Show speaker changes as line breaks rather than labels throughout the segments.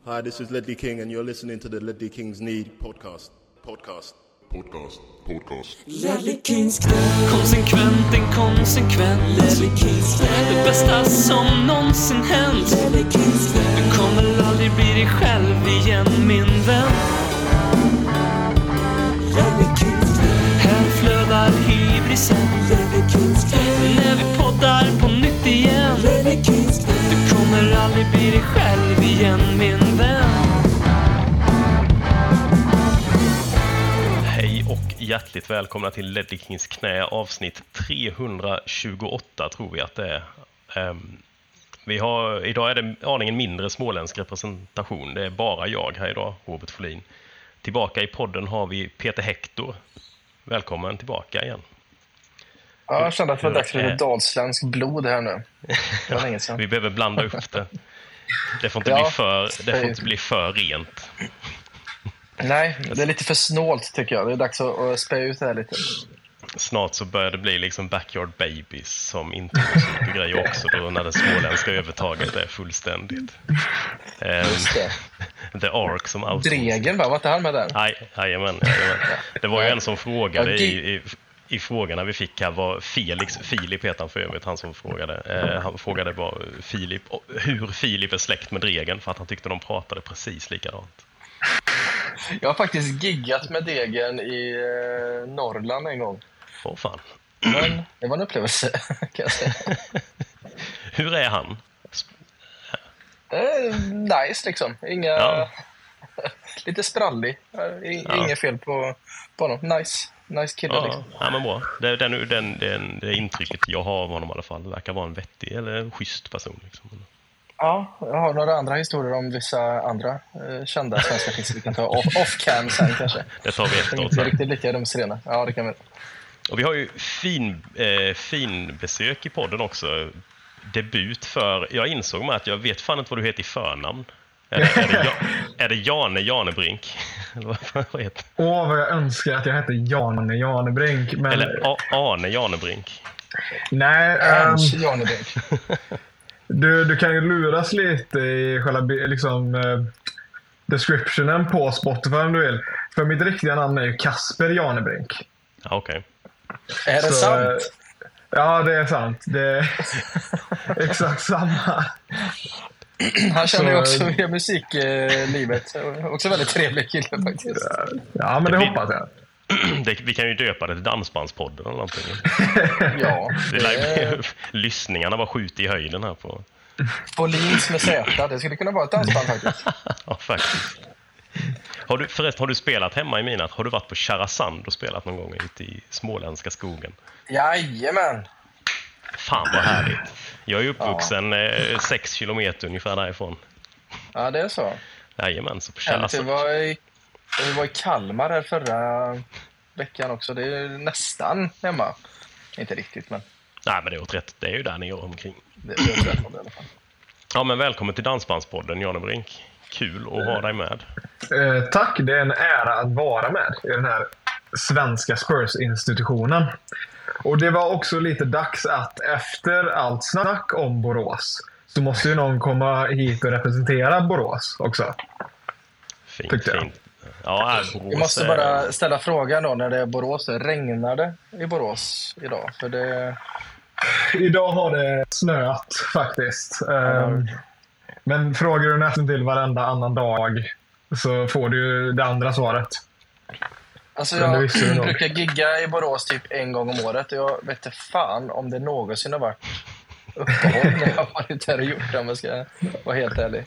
Hi, this is Ledley King and you're listening to the Ledley Kings Need podcast.
Ledley Kings knä.
Konsekvent, inkonsekvent.
Ledley Kings knä.
Det bästa som någonsin hänt.
Ledley Kings knä.
Du kommer aldrig bli dig själv igen, min vän.
Ledley Kings knä.
Här flödar hybrisen.
Ledley Kings knä.
När vi poddar på nytt igen.
Ledley Kings knä.
Du kommer aldrig bli dig själv igen, min vän. Hej och hjärtligt välkomna till Ledley Kings knä, avsnitt 328 tror vi att det är. Idag är det aningen mindre småländsk representation. Det är bara jag här idag, Robert Folin. Tillbaka i podden har vi Peter Hector. Välkommen tillbaka igen.
Ja, jag kände att det var dags för lite dalsländsk blod här nu. Det var länge sedan.
Vi behöver blanda upp det. Det får inte bli för rent.
Nej, det är lite för snålt tycker jag. Det är dags att spä ut det här lite.
Snart så börjar det bli liksom Backyard Babies som inte är supergrej också då när det småländska övertaget är fullständigt.
Just det.
The Ark som outsourcing.
Dregen va? Var inte han med där?
Jajamän. Det var ju en som frågade i frågorna vi fick här var Filip heter han för övrigt, han som frågade. Han frågade bara hur Filip är släkt med Dregen för att han tyckte de pratade precis likadant.
Jag har faktiskt giggat med Degen i Norrland en gång.
Åh fan.
Men det var en upplevelse kan jag säga.
Hur är han?
Nice liksom. Lite sprallig. Inget fel på honom. Nice kille liksom.
Ja, men bra. Det intrycket jag har av honom i alla fall. Det verkar vara en vettig eller schysst person liksom.
Ja, jag har några andra historier om vissa andra kända svenska artister vi kan ta off-cam sen kanske.
Det tar vi efteråt.
Det är riktigt lika rumsrena. Ja, det kan vi.
Och vi har ju fin besök i podden också. Debut för... Jag insåg mig att jag vet fan inte vad du heter i förnamn. Är det Janebrink? Vad heter?
Vad jag önskar att jag hette Janebrink. Men...
Eller Arne Janebrink.
Nej,
Janebrink.
Du kan ju luras lite i själva descriptionen på Spotify om du vill. För mitt riktiga namn är ju Kasper Janebrink.
Ja, okej.
Är det sant?
Ja, det är sant. Det är exakt samma.
Han känner ju också via musiklivet. Också väldigt trevlig kille faktiskt.
Ja, men det hoppas jag.
Vi kan ju döpa det till Dansbandspodden eller någonting.
Ja.
Lyssningarna var skjut i höjden här på...
Folins med Z, det skulle kunna vara ett dansband faktiskt.
Ja, faktiskt. Har du spelat hemma i Minat? Har du varit på Charasand och spelat någon gång ute i småländska skogen?
Jajamän.
Fan vad härligt. Jag är uppvuxen 6 kilometer ungefär därifrån.
Ja, det är så.
Jajamän, så på Charasand.
Vi var i Kalmar här förra veckan också. Det är nästan hemma. Inte riktigt, men...
Nej, men det är åt rätt. Det är ju där ni gör omkring.
Det är åt rätt håll i alla fall.
Ja, men välkommen till Dansbandspodden, Janebrink. Kul att ha dig med.
Tack, det är en ära att vara med i den här svenska Spurs-institutionen. Och det var också lite dags att efter allt snack om Borås så måste ju någon komma hit och representera Borås också.
Fint. Ja,
Vi måste bara ställa frågan då när det är Borås. Regnar det i Borås idag? För det...
Idag har det snöat faktiskt. Men frågar du nästan till varenda annan dag så får du ju det andra svaret.
Alltså jag brukar gigga i Borås typ en gång om året. Jag vet inte fan om det någonsin har varit uppehåll när jag har varit där och gjort det, om jag ska vara helt ärlig.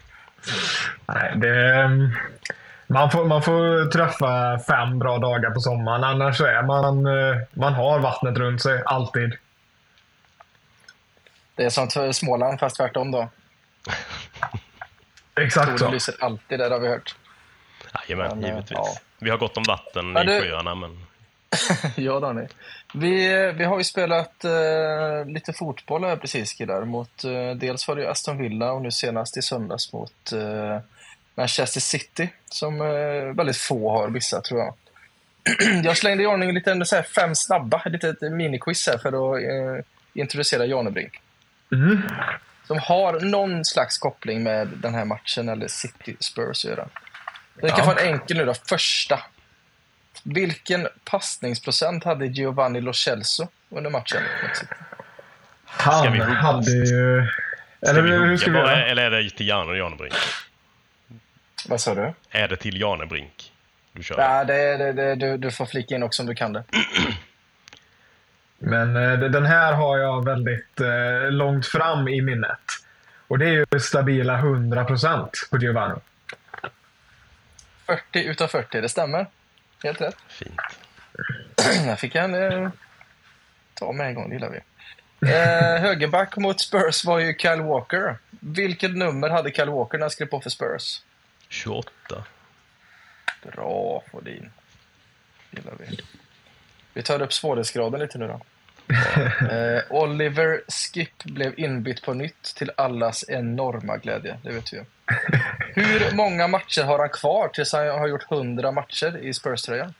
Nej, man får träffa 5 bra dagar på sommaren. Annars så är man har vattnet runt sig alltid.
Det är som Småland fast tvärtom då.
Exakt så.
Det lyser alltid, där har vi hört.
Jajamän, givetvis. Ja. Vi har gott om vatten i sjöarna, men...
Ja, Danny. Vi har ju spelat lite fotboll här precis, killar. Dels var det Aston Villa och nu senast i söndags mot Manchester City. Som väldigt få har missat, tror jag. Jag slängde i ordning lite så här 5 snabba, lite miniquiz här för att introducera Janebrink. som har någon slags koppling med den här matchen eller City Spurs att göra. Vi kan få en enkel nu då. Första. Vilken passningsprocent hade Giovanni Lo Celso under matchen?
Han hade ju... Eller
är det till Janebrink?
Vad sa du?
Är det till Janebrink du kör?
Ja, du får flika in också om du kan det.
Men den här har jag väldigt långt fram i minnet. Och det är ju stabila 100% på Giovanni.
40 utav 40, det stämmer. Helt rätt.
Fint.
Jag fick en ta med en gång, det gillar vi. Högerback mot Spurs var ju Kyle Walker. Vilket nummer hade Kyle Walker när han skrev på för Spurs?
28.
Bra, Fodin. Gillar vi. Vi tar upp svårighetsgraden lite nu då. Oliver Skip blev inbytt på nytt till allas enorma glädje, det vet vi. Hur många matcher har han kvar tills han har gjort 100 matcher i Spurs-tröjan?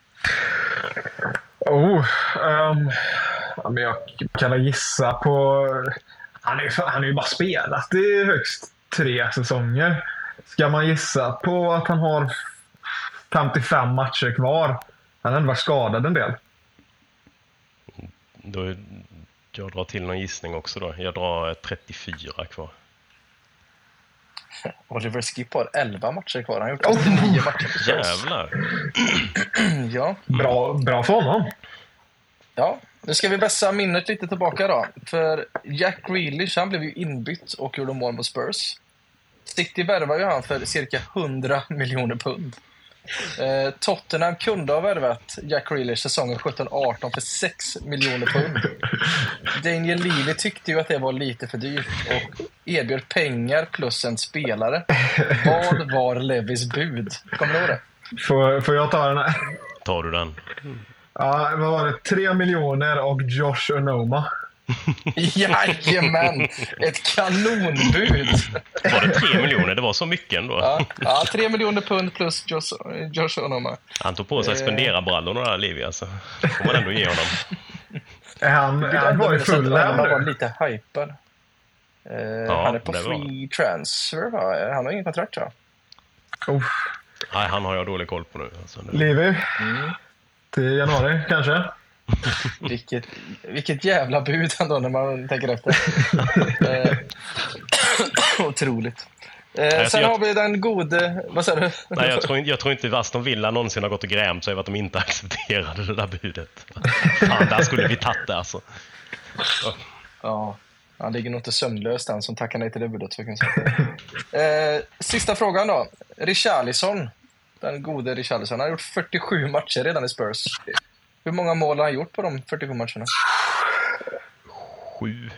Men jag kan gissa på... Han är ju bara spelat i högst 3 säsonger. Ska man gissa på att han har 55 matcher kvar? Han har ändå varit skadad en del.
Jag drar till någon gissning också då. Jag drar 34 kvar.
Oliver Skip har 11 matcher kvar. Han har gjort 89 matcher.
Jävlar.
Ja.
Bra för honom.
Ja, nu ska vi vässa minnet lite tillbaka då. För Jack Grealish, han blev ju inbytt och gjorde mål mot Spurs. City värvade ju han för cirka 100 miljoner pund. Tottenham kunde ha värvat Jack Grealish säsongen 17-18 för 6 miljoner pund. Daniel Levy tyckte ju att det var lite för dyrt och erbjöd pengar plus en spelare. Vad var Levys bud? Kommer du ihåg det?
Får jag ta den här?
Tar du den?
Ja, vad var det? 3 miljoner och Josh Onoma.
Jajamän! Ett kanonbud!
Var det 3 miljoner? Det var så mycket ändå.
Ja, 3 miljoner pund plus Josh Onoma.
Han tog på sig spendera brallorna där, Livi, alltså. Får man ändå ge honom.
Han var ju full här.
Han var lite hypad. Han är på free transfer, va? Han har ingen kontrakt, tror jag.
Nej, han har jag dålig koll på nu. Alltså,
Livi? Till januari, kanske?
Vilket jävla bud ändå när man tänker efter. Otroligt. Sen har vi den gode... Vad säger du?
Nej, jag tror inte Aston Villa någonsin har gått och grämt sig över att de inte accepterade det där budet. Fan, där skulle vi tatt det, alltså.
Ja, han ligger nog inte sömnlös den som tackar nej till det budet. Sista frågan då. Richarlison. Den gode Richarlison. Han har gjort 47 matcher redan i Spurs. Hur många mål har han gjort på de 47 matcherna?
7.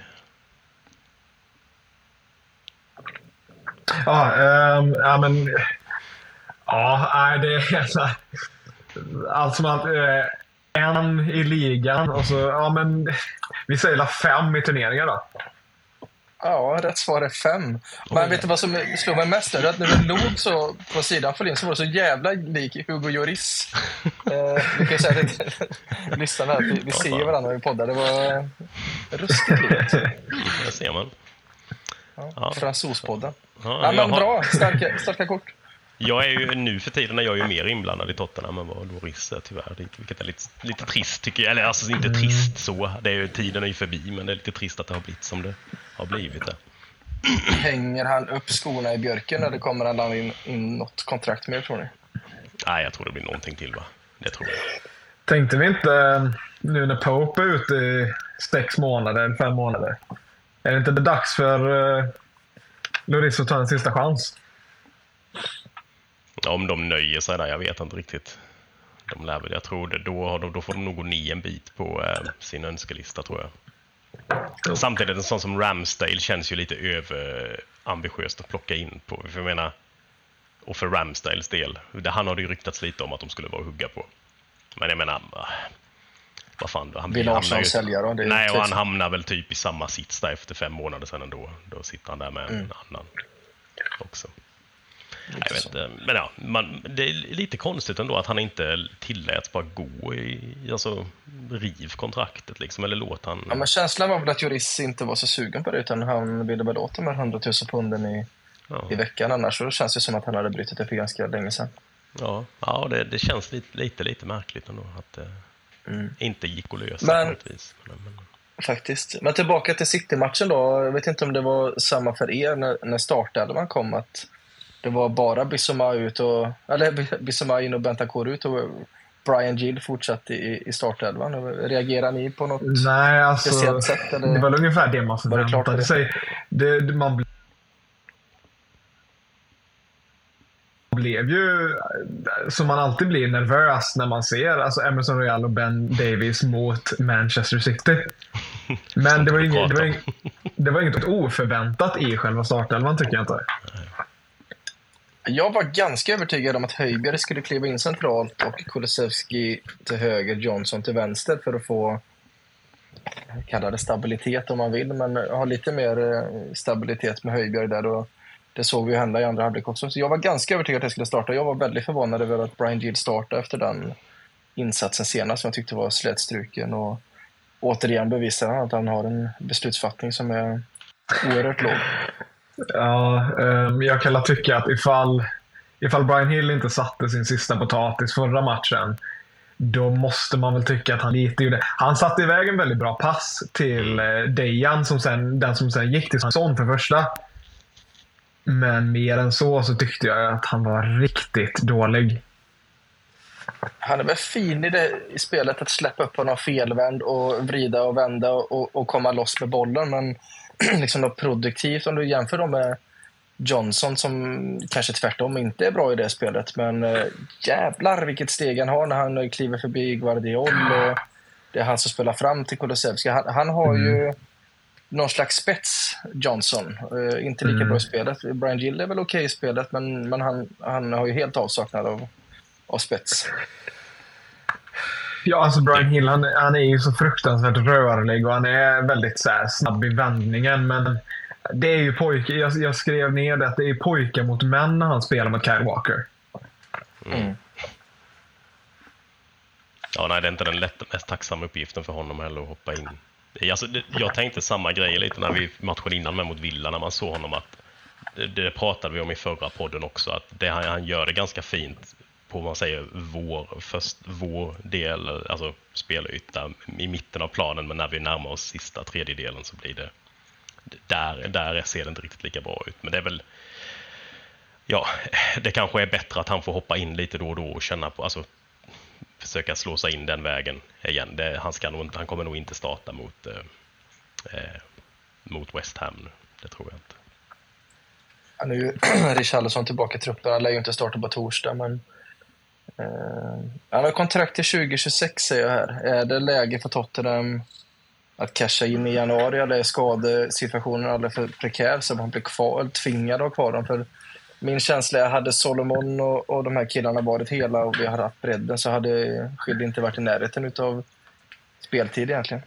Det är allt som att en i ligan och så, vi säger 5 i turneringar då.
Ja, rätt svar är 5. Men vet du vad som slog mig mest? Att när vi låg så på sidan för så var det så jävla lik Hugo Lloris. Vi kan säga att lyssna här, vi ser ju varandra i poddar. Det var ruskigt likt.
Det ser man.
Ja. Fransospodden.
Ja,
bra, starka kort.
Jag är ju nu för tiden när jag är ju mer inblandad i Tottenham än vad Lloris är tyvärr. Vilket är lite trist tycker jag. Eller alltså inte trist så. Det är ju, tiden är ju förbi, men det är lite trist att det har blivit som det har blivit det.
Hänger han upp skorna i björken eller kommer han lämna in något kontrakt med, tror ni?
Nej, jag tror det blir någonting till, va? Det tror jag.
Tänkte vi inte nu när Pope är ute i 6 månader eller 5 månader? Är det inte dags för Lloris att ta en sista chans?
Om de nöjer sig där, jag vet inte riktigt. De lär väl, jag tror det, då får de nog gå ner en bit på sin önskelista, tror jag. Samtidigt en sån som Ramsdale känns ju lite överambitiöst att plocka in på. För jag menar, och för Ramsdales del, han har det ju ryktats lite om att de skulle vara att hugga på. Men jag menar, vad fan,
vill Arsenal sälja då?
Nej, och han hamnar väl typ i samma sits där efter 5 månader sedan ändå. Då sitter han där med en annan också. Jag vet inte. Men ja, det är lite konstigt ändå att han inte tilläts bara gå alltså riv kontraktet liksom, eller låt han...
Ja, men känslan var väl att Lloris inte var så sugen på det, utan han ville väl åt de här 100 000 punden i veckan. Annars så känns det som att han hade brutit det för ganska länge sedan.
Ja, det känns lite märkligt ändå att det inte gick att lösa
men,
på ett vis. Men...
Faktiskt. Men tillbaka till City-matchen då. Jag vet inte om det var samma för er när startelvan kom, att det var bara Bissouma in och Bentancur ut och Brian Gill fortsatte i startelvan. Reagerar ni på något speciellt sätt? Eller?
Det var ungefär det man förväntade sig. Man blev ju, som man alltid blir, nervös när man ser alltså Emerson Royal och Ben Davies mot Manchester City. Men det var inget oförväntat i själva startelvan, tycker jag inte.
Jag var ganska övertygad om att Højbjerg skulle kliva in centralt och Kulusevski till höger, Johnson till vänster för att få, kalla det stabilitet om man vill, men ha lite mer stabilitet med Højbjerg där, och det såg vi ju hända i andra halvlek också. Så jag var ganska övertygad att jag skulle starta. Jag var väldigt förvånad över att Brian Gill startade efter den insatsen senast, som jag tyckte var slätstruken, och återigen bevisar han att han har en beslutsfattning som är oerhört låg.
Ja, jag kan tycka att ifall Brian Hill inte satte sin sista potatis förra matchen, då måste man väl tycka att han lite gjorde. Han satte iväg en väldigt bra pass till Dejan, den som sen gick till Son för första. Men mer än så tyckte jag att han var riktigt dålig.
Han är väl fin i spelet att släppa upp honom felvänd och vrida och vända och komma loss med bollen, men liksom något produktivt om du jämför dem med Johnson, som kanske tvärtom inte är bra i det spelet, men jävlar vilket steg han har när han kliver förbi Guardiol, och det är han som spelar fram till Kulusevski. Han har ju någon slags spets, Johnson, inte lika bra i spelet. Brian Gill är väl okej i spelet, men han har ju helt avsaknad av spets.
Ja, alltså Brian Hill, han är ju så fruktansvärt rörlig och han är väldigt så här, snabb i vändningen, men det är ju pojke. Jag skrev ner det att det är pojkar mot män när han spelar mot Kyle Walker.
Ja, nej, det är inte den mest tacksamma uppgiften för honom heller att hoppa in. Alltså, jag tänkte samma grej lite när vi matchen innan med mot Villa, när man såg honom, att det pratade vi om i förra podden också, att han gör det ganska fint på vad man säger vår del, alltså spelyta i mitten av planen, men när vi närmar oss sista tredjedelen så blir det där ser det inte riktigt lika bra ut. Men det är väl, ja, det kanske är bättre att han får hoppa in lite då och då och känna på, alltså försöka slå sig in den vägen igen. Han kommer nog inte starta mot West Ham nu. Det tror jag inte.
Ja, nu är Richarlison tillbaka i truppen. Han lär ju inte starta på torsdag, men han har kontrakt till 2026, säger jag här. Är det läge för Tottenham att casha in i januari, eller är skadesituationen alldeles för prekär så man blir kvar, tvingad att ha kvar dem? För min känsla är att hade Solomon och de här killarna varit hela och vi hade haft bredden, så hade Schill inte varit i närheten utav speltid egentligen.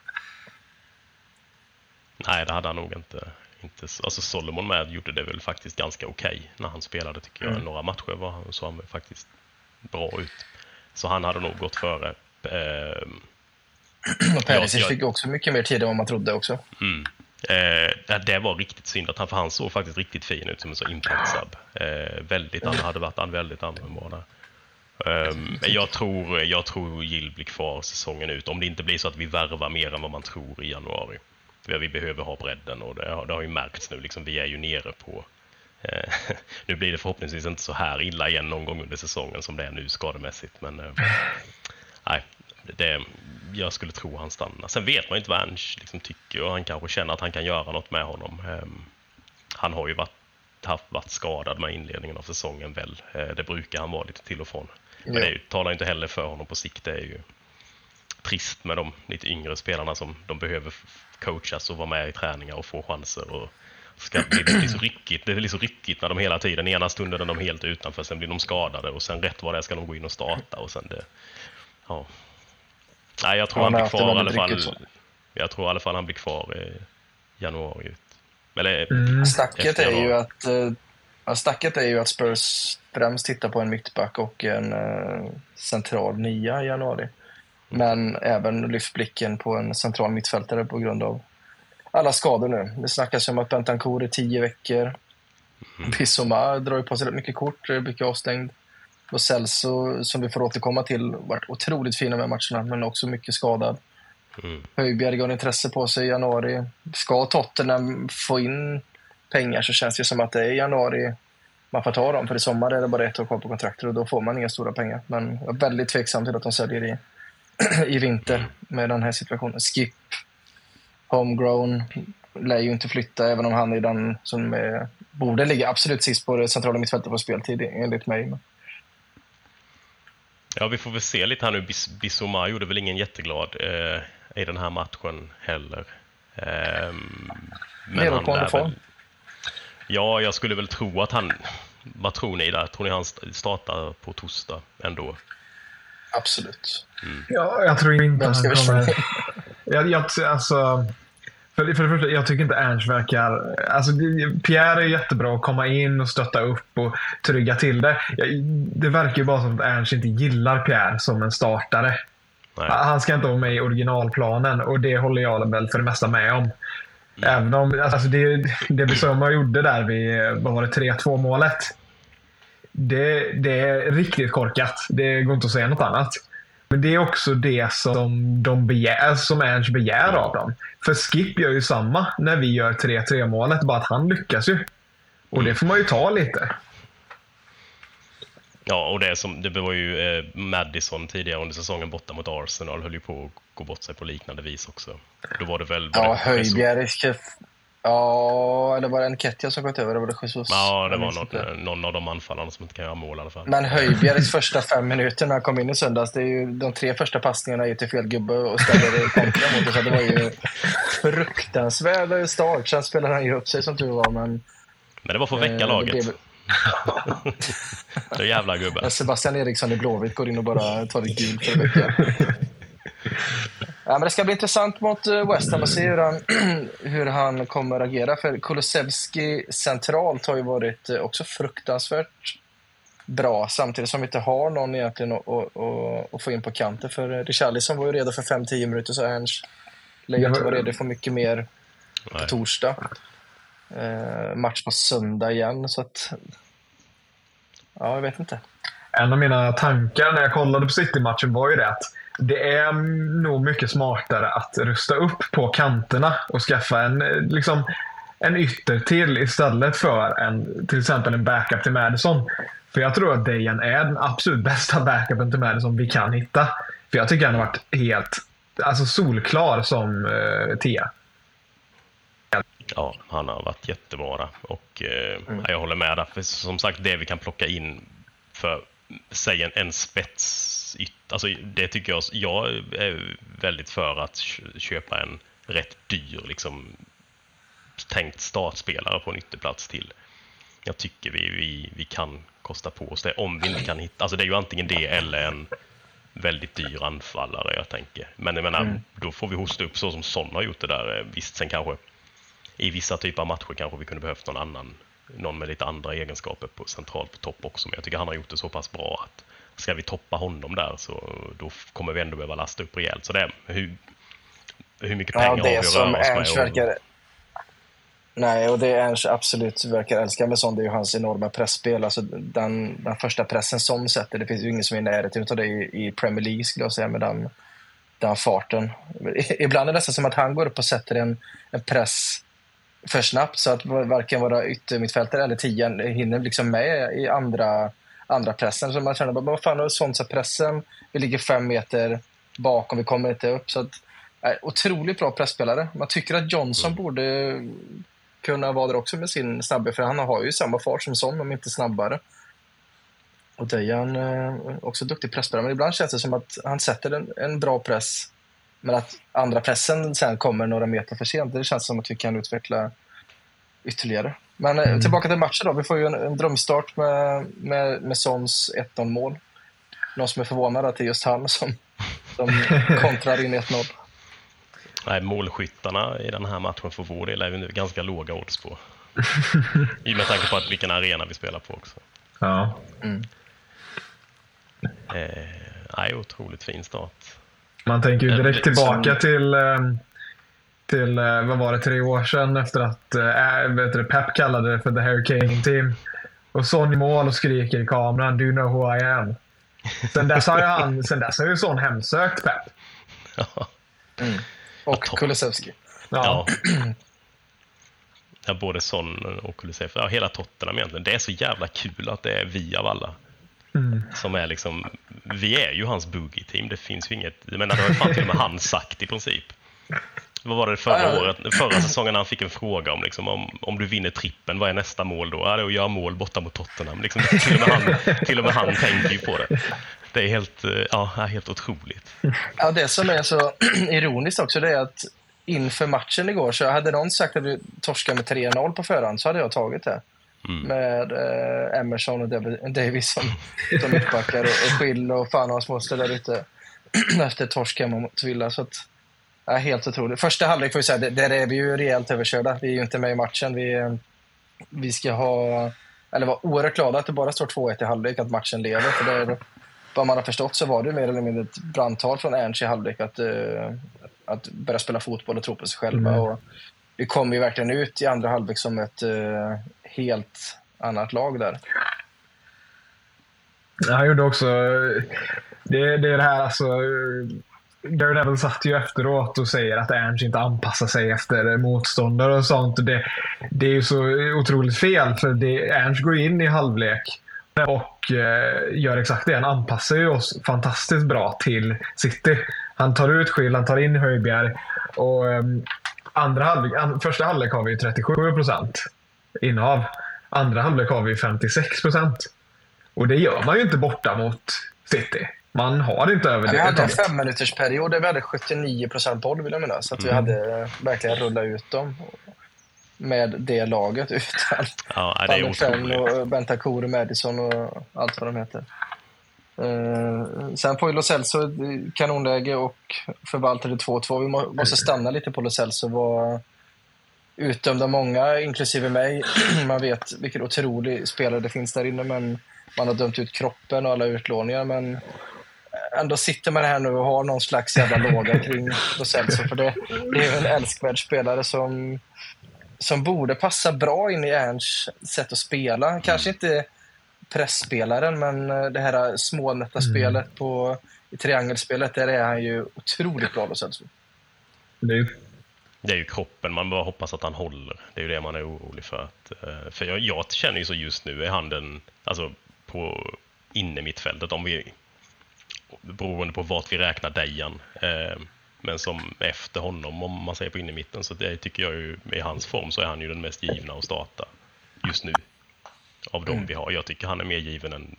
Nej, det hade han nog inte. Alltså Solomon med gjorde det väl faktiskt ganska okej när han spelade, tycker jag. Några matcher så han faktiskt bra ut. Så han hade nog gått före.
Perisic fick också mycket mer tid än vad man trodde också.
Det var riktigt synd att han såg faktiskt riktigt fin ut som en så impact-sub. Han hade varit väldigt användbar där. Jag tror Gill blir kvar säsongen ut, om det inte blir så att vi värvar mer än vad man tror i januari. Vi behöver ha bredden, och det har ju märkts nu. Liksom, vi är ju nere på... nu blir det förhoppningsvis inte så här illa igen någon gång under säsongen som det är nu skademässigt. Men nej, jag skulle tro han stannar. Sen vet man inte vad Ange liksom tycker, och han kanske känner att han kan göra något med honom. Han har ju varit skadad med inledningen av säsongen väl. Det brukar han vara lite till och från. Men det talar inte heller för honom på sikt. Det är ju trist med de lite yngre spelarna som de behöver coachas och vara med i träningar och få chanser, och det blir så ryckigt. Det blir så ryckigt när de hela tiden, ena stunden är de helt utanför, sen blir de skadade och sen rätt vad det är ska de gå in och starta, och sen det, ja. Nej, jag tror han blir kvar i alla fall. Jag tror i alla fall han blir kvar i januari.
Snacket är ju Ja, snacket är ju att Spurs främst tittar på en mittback och en central nia i januari. Men även lyft blicken på en central mittfältare på grund av alla skador nu. Det snackas om att Bentancur är 10 veckor. Bissouma drar ju på sig rätt mycket kort, mycket avstängd. Och Celso, som vi får återkomma till, varit otroligt fina med matcherna, men också mycket skadad. Höjbjerg har intresse på sig i januari. Ska Tottenham få in pengar så känns det som att det är i januari man får ta dem. För i sommar är det bara 1 år kvar på kontraktet och då får man inga stora pengar. Men jag är väldigt tveksam till att de säljer i vinter med den här situationen. Skip, homegrown, lär ju inte flytta även om han är den som borde ligga absolut sist på det centrala mittfältet på speltid enligt mig.
Ja, vi får väl se lite här nu. Bissouma gjorde väl ingen jätteglad i den här matchen heller. Men han är väl... Ja, jag skulle väl tro att han... Vad tror ni där? Tror ni han startar på torsdag ändå?
Absolut.
Ja, jag tror inte han kommer... För det första, jag tycker inte Ernst verkar... Alltså, Pierre är jättebra att komma in och stötta upp och trygga till det. Det verkar ju bara som att Ernst inte gillar Pierre som en startare. Nej. Han ska inte vara med i originalplanen och det håller jag väl för det mesta med om. Även om alltså det Bissouma gjorde där vid, vad var det, 3-2 målet. Det är riktigt korkat. Det går inte att säga något annat. Men det är också det som de begär, som Ernst begär av dem. För Skip gör ju samma när vi gör 3-3 målet, bara att han lyckas ju. Och det får man ju ta lite.
Ja, och det var ju Maddison tidigare under säsongen borta mot Arsenal höll ju på att gå bort sig på liknande vis också. Då var det väl...
Ja, Höjbjerg. Ja, eller var det Nketiah som gått över? Det var det Jesus?
Ja, det var någon av de anfallarna som inte kan göra mål i alla fall.
Men Höjbjergs första 5 minuter när han kom in i söndags, det är ju de 3 första passningarna är till fel gubbe och ställer kontra mot oss. Så det var ju fruktansvärd start. Sen spelade han ju upp sig som tur var, men
det var för att väcka laget. Det är jävla gubbe.
Sebastian Eriksson i Blåvitt går in och bara tar det gult för en vecka. Ja, men det ska bli intressant mot West Ham att se hur han kommer agera. För Kulusevski centralt har ju varit också fruktansvärt bra. Samtidigt som vi inte har någon egentligen att få in på kanten. För Richarlison var ju redo för 5-10 minuter, så Ernst lär inte vara redo för mycket mer på torsdag. Match på söndag igen, så att... Ja, jag vet inte.
En av mina tankar när jag kollade på City-matchen var ju det att det är nog mycket smartare att rusta upp på kanterna och skaffa en ytter till istället för till exempel en backup till Maddison. För jag tror att Dejan är den absolut bästa backupen till Maddison vi kan hitta. För jag tycker han har varit helt solklar som Tia.
Ja, han har varit jättebra och jag håller med där. För som sagt, det vi kan plocka in för, säg en spets, alltså det tycker jag är väldigt för att köpa en rätt dyr tänkt startspelare på en ytterplats till. Jag tycker vi kan kosta på oss det om vi inte kan hitta, alltså det är ju antingen det eller en väldigt dyr anfallare, jag tänker. Men jag menar, då får vi hosta upp så som Son har gjort det där. Visst, sen kanske i vissa typer av matcher kanske vi kunde behövt någon med lite andra egenskaper på centralt på topp också. Men jag tycker han har gjort det så pass bra att ska vi toppa honom där, så då kommer vi ändå behöva lasta upp rejält. Så det är hur mycket pengar har vi att röra oss med?
Nej, och det Ernst absolut verkar älska med sånt, det är ju hans enorma pressspel. Alltså den första pressen som sätter, det finns ju ingen som är i närheten av det i Premier League, skulle jag säga, med den farten. Ibland är det nästan som att han går upp och sätter en press för snabbt så att varken våra yttermittfältare eller 10 hinner med i andra pressen. Så man känner bara, vad fan är det sånt, så pressen, vi ligger 5 meter bakom, vi kommer inte upp. Så att, otroligt bra pressspelare. Man tycker att Johnson borde kunna vara där också med sin snabbhet, för han har ju samma fart som Son, om inte snabbare. Och Dejan också duktig pressspelare, men ibland känns det som att han sätter en bra press, men att andra pressen sen kommer några meter för sent. Det känns som att vi kan utveckla ytterligare. Men tillbaka till matchen då. Vi får ju en drömstart med Sons 1-0 mål. Någon som är förvånad att det är just han som kontrar in 1-0.
Nej, målskyttarna i den här matchen för vår del är vi nu ganska låga odds på. Med tanke på att vilken arena vi spelar på också.
Ja.
Nej, otroligt fin start.
Man tänker ju direkt tillbaka till vad var det, 3 år sedan efter att Pep kallade det för The Hurricane Team. Och Son i mål och skriker i kameran, "Do you know who I am?" Sen dess har ju Son hemsökt Pep.
Och Kulusevski.
Ja. Ja, både Son och Kulusevski. Ja, hela Tottenham egentligen. Det är så jävla kul att det är vi av alla. Som är liksom, vi är ju hans boogie-team. Det finns ju inget, jag menar, det har ju fan till och med han sagt i princip. Vad var det förra säsongen när han fick en fråga om, liksom, om du vinner trippen, vad är nästa mål då? Ja, det är att göra mål borta mot Tottenham. Liksom, till och med han tänker ju på det. Det är helt otroligt.
Ja, det som är så ironiskt också, det är att inför matchen igår så hade någon sagt att du torskar med 3-0 på förhand, så hade jag tagit det. Med Emerson och Davis som mittbackar och Schill och fan hans moster där ute efter torsk hemma mot Villa. Så att, helt otroligt. Första halvlek får vi säga, där är vi ju rejält överkörda. Vi är ju inte med i matchen. Vi ska vara oerhört glada att det bara står 2-1 i halvlek, att matchen lever. För det är, vad man har förstått så var det mer eller mindre ett brandtal från Ernst i halvlek att börja spela fotboll och tro på sig själva. Och vi kom ju verkligen ut i andra halvlek som ett helt annat lag där.
Han gjorde också det är det här, alltså Gary Neville satt ju efteråt och säger att Ernst inte anpassar sig efter motståndare och sånt. Det är ju så otroligt fel, för Ernst går in i halvlek och gör exakt det. Han anpassar ju oss fantastiskt bra till City. Han tar ut Schill, han tar in Højbjerg och första halvlek har vi 37% innehav. Andra halvlek har vi 56%. Och det gör man ju inte borta mot City. Man har inte över det.
Vi hade en 5-minutersperiod där vi hade 79% boll, vill jag minnas. Så att vi hade verkligen rullat ut dem med det laget utan
det är otroligt.
Och Bentancur och Madison och allt vad de heter. Sen på Lo Celso kanonläge och förvaltade 2-2. Vi måste stanna lite på Lo Celso. Var utdömda många, inklusive mig. Man vet vilken otrolig spelare det finns där inne, men man har dömt ut kroppen och alla utlåningar. Men ändå sitter man här nu och har någon slags jävla låga kring Lo Celso, för det är en älskvärd spelare som borde passa bra in i Ernsts sätt att spela. Kanske inte pressspelaren, men det här smånätta spelet i triangelspelet, där är han ju otroligt bra, Lo Celso.
Det är ju kroppen, man bara hoppas att han håller. Det är ju det man är orolig för. För jag känner ju så just nu är handen, alltså på inne mittfältet, om vi, beroende på vart vi räknar Dejan, men som efter honom, om man säger på inne mitten, så det tycker jag ju i hans form så är han ju den mest givna att starta just nu av dem vi har. Jag tycker han är mer given än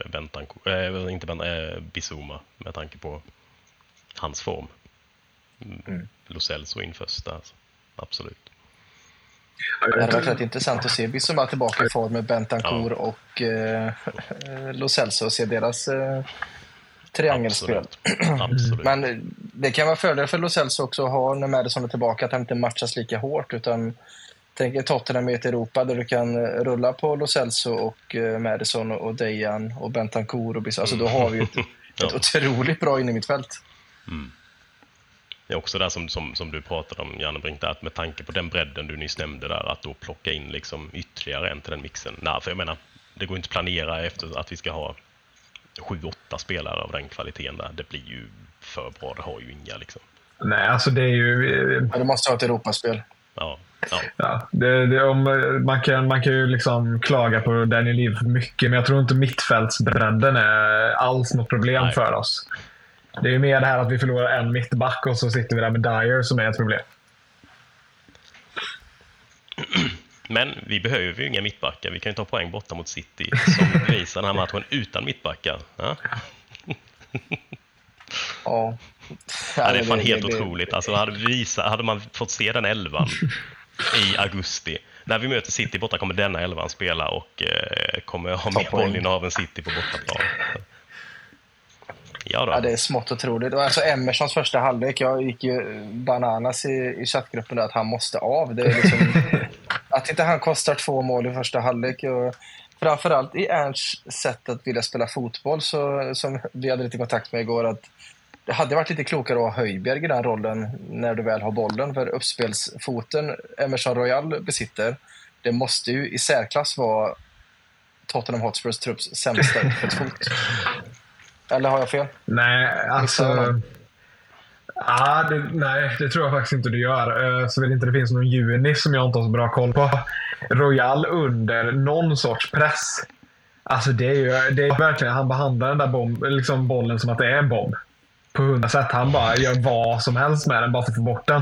Bissouma med tanke på hans form. Lo Celso in första, alltså. Absolut.
Det hade varit rätt intressant att se Bissouma tillbaka i form med Bentancur och Lo Celso och se deras triangelspel.
Absolut.
Men det kan vara fördel för Lo Celso också att ha när Madison är tillbaka, att han inte matchas lika hårt, utan tänk Tottenham i ett Europa där du kan rulla på Lo Celso och Madison och Dejan och Bentancur och Bissouma. Alltså då har vi ett otroligt bra in i mitt fält.
Det är också det som du pratade om, Janne Brink, att med tanke på den bredden du nyss nämnde där, att då plocka in liksom ytterligare en till den mixen. Nej, för jag menar, det går inte att planera efter att vi ska ha 7-8 spelare av den kvaliteten där. Det blir ju för bra, det har ju inga liksom.
Nej, alltså det är ju...
Ja, du måste ha ett Europaspel.
Ja.
Man kan ju liksom klaga på Daniel Liv mycket, men jag tror inte mittfältsbredden är alls något problem för oss. Det är ju mer det här att vi förlorar en mittback och så sitter vi där med Dyer som är ett problem.
Men vi behöver ju inga mittbackar. Vi kan ju ta poäng borta mot City som visar den här matchen utan mittbackar. Ja?
Ja.
Det är fan helt otroligt. Alltså, hade man fått se den 11 i augusti. När vi möter City borta kommer denna 11 spela och kommer ha mer bollen av en City på bortaplan. Ja,
det är smått otroligt. Och alltså Emersons första halvlek, jag gick ju bananas i chattgruppen där att han måste av. Det är liksom, Att inte han kostar 2 mål i första halvlek. Och framförallt i Ernsts sätt att vilja spela fotboll, så, som vi hade lite kontakt med igår, att det hade varit lite klokare att ha Højbjerg i den rollen när du väl har bollen. För uppspelsfoten Emerson Royal besitter, det måste ju i särklass vara Tottenham Hotspurs trupps sämsta uppspelsfot. Eller har jag fel?
Nej, alltså... Nej, det tror jag faktiskt inte du gör. Så väl inte det finns någon juni som jag inte har så bra koll på. Royal under någon sorts press. Alltså det är verkligen, han behandlar den där liksom bollen som att det är en bomb. På 100 sätt. Han bara gör vad som helst med den bara för att få bort den.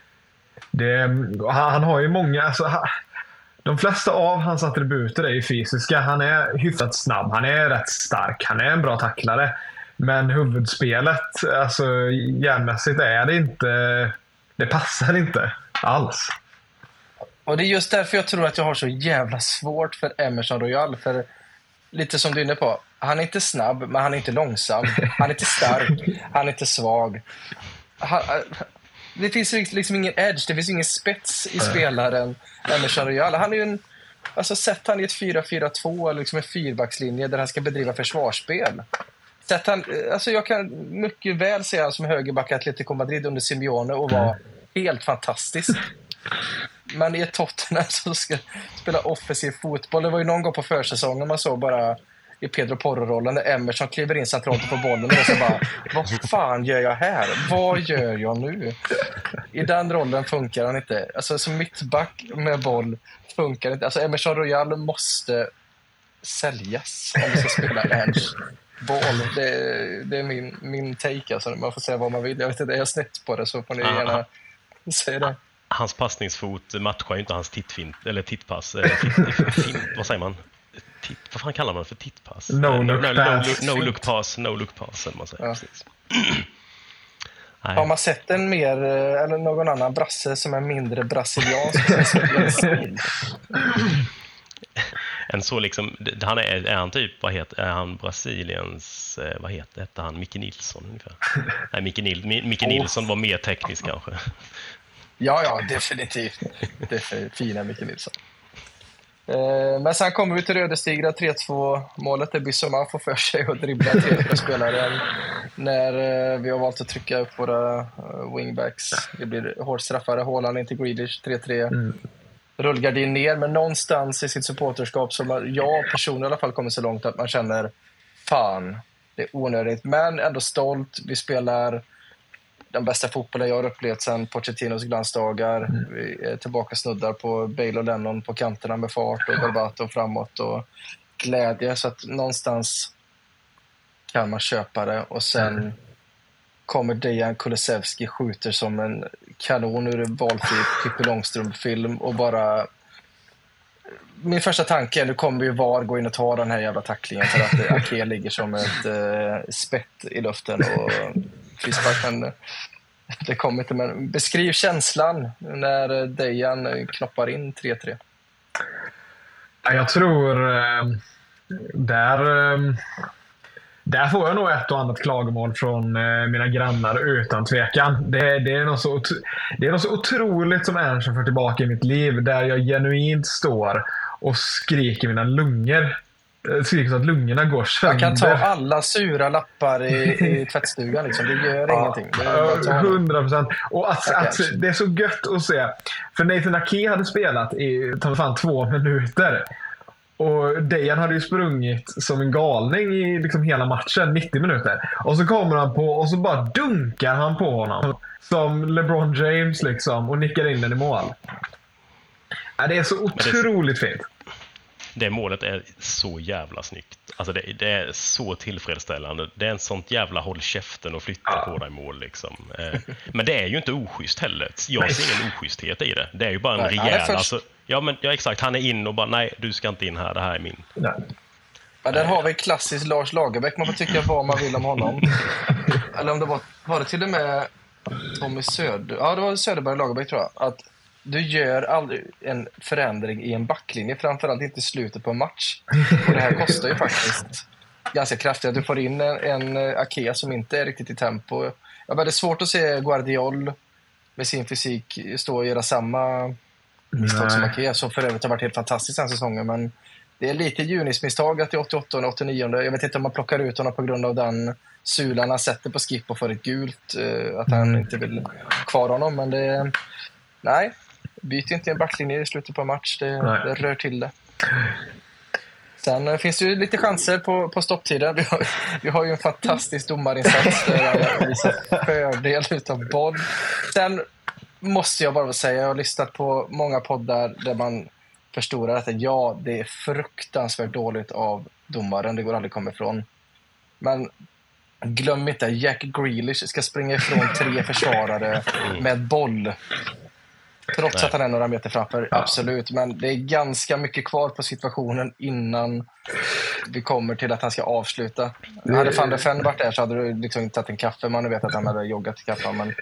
Han har ju många... Alltså, de flesta av hans attributer är ju fysiska. Han är hyfsat snabb. Han är rätt stark. Han är en bra tacklare. Men huvudspelet, alltså hjärnmässigt är det inte... Det passar inte alls.
Och det är just därför jag tror att jag har så jävla svårt för Emerson Royal. För lite som du är inne på, han är inte snabb, men han är inte långsam. Han är inte stark, han är inte svag. Det finns liksom ingen edge, det finns ingen spets i spelaren Emerson Royal. Han är ju en... Alltså sätt han i ett 4-4-2 eller liksom en fyrbackslinje där han ska bedriva försvarsspel. Alltså jag kan mycket väl se han som högerback i Atletico Madrid under Simeone och vara helt fantastisk. Men i ett Tottenham som ska spela offensiv fotboll. Det var ju någon gång på försäsongen man såg bara i Pedro Porro-rollen där Emerson kliver in centralt på bollen och så bara, vad fan gör jag här? Vad gör jag nu? I den rollen funkar han inte. Alltså som mittback med boll funkar inte. Alltså Emerson Royal måste säljas om vi ska spela Ernst boll. Det är min take. Alltså. Man får säga vad man vill. Jag vet inte, är jag snett på det så får ni gärna säga det.
Hans passningsfot matchar ju inte hans tittpass. Vad säger man? Vad fan kallar man för tittpass?
No look
pass, eller man säger. Ja. Precis.
Har man sett en mer eller någon annan brasse som är mindre brasiliansk
en så liksom, är han typ, är han Brasiliens, hette han, Micke Nilsson ungefär? Nej, Micke Nilsson var mer teknisk kanske.
Ja, definitivt. Det är fina Micke Nilsson. Men sen kommer vi till Rödestigra 3-2 målet. Det blir som man får för sig att dribbla till spelaren när vi har valt att trycka upp våra wingbacks. Det blir hårt straffare. Haaland inte Grealish 3-3. Rullgardin ner, men någonstans i sitt supporterskap som jag personligen i alla fall kommer så långt att man känner fan, det är onödigt, men ändå stolt. Vi spelar den bästa fotbollen jag har upplevt sedan Pochettinos glansdagar. Vi är tillbaka snuddar på Bale och Lennon på kanterna med fart och Berbatov framåt och glädje, så att någonstans kan man köpa det. Och sen kommer Dejan Kulusevski, skjuter som en kanon ur en valfri Pippi Långstrump-film och bara... Min första tanke är nu kommer ju VAR gå in och ta den här jävla tacklingen för att Ake ligger som ett spett i luften och frisparken. Det kommer inte, men beskriv känslan när Dejan knoppar in 3-3.
Jag tror där får jag nog ett och annat klagomål från mina grannar utan tvekan. Det är något så otroligt som Ernst får tillbaka i mitt liv, där jag genuint står och skriker mina lungor. Skriker så att lungorna går sönder.
Man kan ta alla sura lappar i tvättstugan liksom. Det gör ingenting.
100%. Och att det är så gött att se. För Nathan Ake hade spelat i 2 minuter. Och Dejan hade ju sprungit som en galning i liksom hela matchen, 90 minuter. Och så kommer han på och så bara dunkar han på honom. Som LeBron James liksom och nickar in den i mål. Ja, det är så otroligt fint.
Det målet är så jävla snyggt. Alltså det är så tillfredsställande. Det är en sånt jävla håll käften och flytta på dig mål liksom. Men det är ju inte oschysst heller. Jag ser ingen oschysthet i det. Det är ju bara en rejäl... Alltså, ja exakt. Han är in och bara, nej, du ska inte in här. Det här är min.
Nej. Ja, där har vi klassiskt Lars Lagerbäck. Man får tycka vad man vill om honom. Eller om det var det till och med Tommy Söder. Ja, det var Söderberg Lagerbäck tror jag. Att du gör aldrig en förändring i en backlinje, framförallt inte i slutet på en match. Och det här kostar ju faktiskt ganska kraftigt. Du får in en Ake som inte är riktigt i tempo. Ja, det är svårt att se Guardiol med sin fysik stå och göra samma misstag som Ake, som för övrigt har varit helt fantastiskt den säsongen. Men det är lite Junis-misstag att i 88 och 89. Jag vet inte om man plockar ut honom på grund av den sulan han sätter på Skip och får ett gult. Att han inte vill kvar honom. Men det... Nej, byter inte en backlinje i slutet på en match. Det rör till det. Sen finns det ju lite chanser på stopptiden. Vi har ju en fantastisk domarinsats där jag visar fördel utav boll. Sen måste jag bara säga, jag har lyssnat på många poddar där man förstorar att det är fruktansvärt dåligt av domaren. Det går aldrig komma ifrån. Men glöm inte, Jack Grealish ska springa ifrån 3 försvarare med boll. Trots att han är några meter framför, absolut. Men det är ganska mycket kvar på situationen innan vi kommer till att han ska avsluta. Hade Van der Ven varit där så hade du liksom inte tagit en kaffe. Man vet att han hade joggat till kaffan. Men...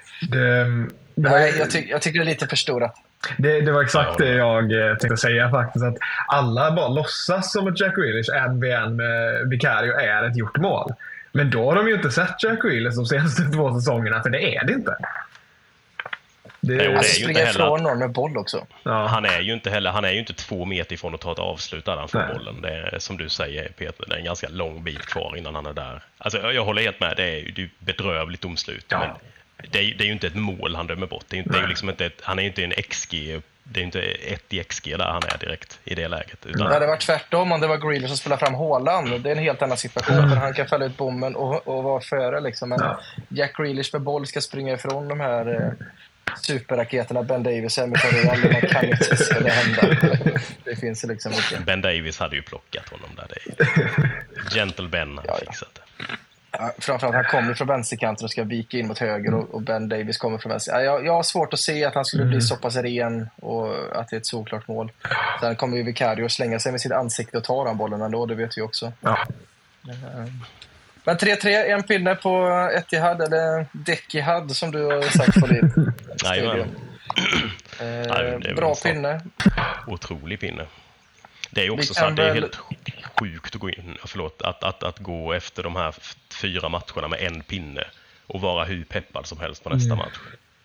jag tycker det är lite förstorat.
Det var exakt det jag tänkte säga faktiskt. Att alla bara låtsas som att Jack Grealish en med Vicario är ett gjort mål. Men då har de ju inte sett Jack Grealish de senaste 2 säsongerna, för det är det inte.
Det
springer ifrån någon med boll också.
Ja. Han är ju inte 2 meter ifrån att ta ett avslut där han får bollen. Det är, som du säger, Peter, det är en ganska lång bit kvar innan han är där. Alltså, jag håller helt med, det är ju bedrövligt domslut. Ja. Men det är ju inte ett mål han dömer bort. Det är liksom inte han är ju inte en XG. Det är inte 1 i XG där han är direkt i det läget. Utan...
Det hade varit tvärtom om det var Grealish som spelar fram Haaland. Det är en helt annan situation, för han kan fälla ut bommen och vara före. Liksom. Men Jack Grealish med boll ska springa ifrån de här superraketerna. Ben Davies är med för Real. Man kan inte se det hända. Det finns liksom mycket.
Ben Davies hade ju plockat honom där. Det är Gentle Ben har fixat det.
Ja, framförallt han kommer från vänsterkanten och ska vika in mot höger, och Ben Davies kommer från vänster. Jag har svårt att se att han skulle bli så pass ren och att det är ett såklart mål. Sen kommer ju Vicario slänga sig med sitt ansikte och ta den bollen ändå, det vet vi också. Ja. Men 3-3, en pinne på Etihad, eller Dekihad som du har sagt på ditt stadion. Bra pinne.
Otrolig pinne. Det är också så att det är helt sjukt att gå in, att gå efter de här 4 matcherna med en pinne och vara hur peppad som helst på nästa match.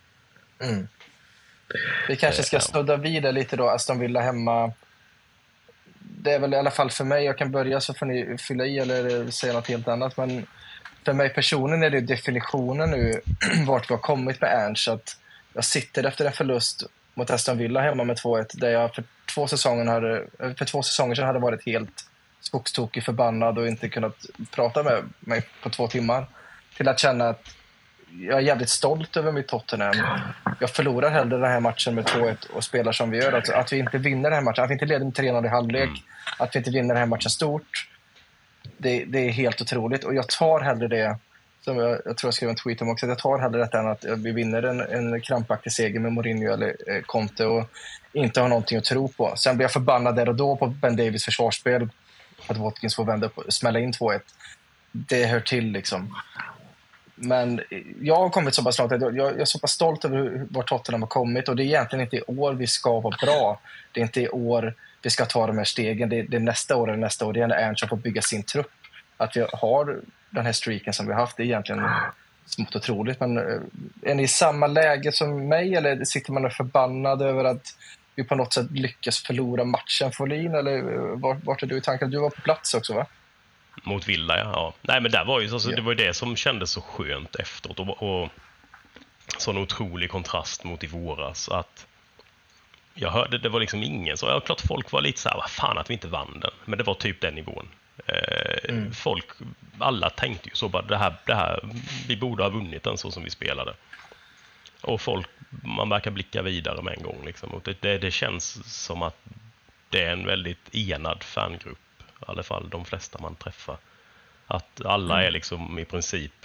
Vi kanske ska snudda vidare lite då. Aston Villa hemma. Det är väl i alla fall för mig, jag kan börja så får ni fylla i eller säga något helt annat, men för mig personligen är det definitionen nu vart vi har kommit med Ernst, att jag sitter efter en förlust mot Aston Villa hemma med 2-1 där jag för 2 säsonger sedan hade varit helt skogstokig, förbannad och inte kunnat prata med mig på 2 timmar, till att känna att jag är jävligt stolt över mitt Tottenham. Jag förlorar hellre den här matchen med 2-1 och spelar som vi gör. Alltså, att vi inte vinner den här matchen, att vi inte leder med 3-0 i halvlek, att vi inte vinner den här matchen stort, det är helt otroligt. Och jag tar hellre det, som jag tror jag skrev en tweet om också, att jag tar hellre detta än att vi vinner en krampaktig seger med Mourinho eller Conte och inte har någonting att tro på. Sen blir jag förbannad där och då på Ben Davies försvarsspel, att Watkins får vända upp och smälla in 2-1. Det hör till liksom. Men jag har kommit så pass långt att jag är så pass stolt över vart Tottenham har kommit, och det är egentligen inte i år vi ska vara bra. Det är inte i år vi ska ta de här stegen. Det är nästa år eller nästa år. Det är när Ernst får bygga sin trupp. Att vi har den här streaken som vi har haft, det är egentligen smått otroligt. Men är ni i samma läge som mig, eller sitter man och förbannad över att vi på något sätt lyckas förlora matchen, Folin? Eller vart är du i tanken? Du var på plats också, va?
Mot Villa, ja. Nej, men där var ju alltså, det var ju det som kändes så skönt efteråt, och sån otrolig kontrast mot i våras, att jag hörde, det var liksom ingen så, ja, klart folk var lite så här, vad fan att vi inte vann den, men det var typ den nivån. Folk, alla tänkte ju så bara, det här vi borde ha vunnit den så som vi spelade. Och man verkar blicka vidare med en gång liksom. Och det känns som att det är en väldigt enad fangrupp, i alla fall de flesta man träffar. Att alla är liksom i princip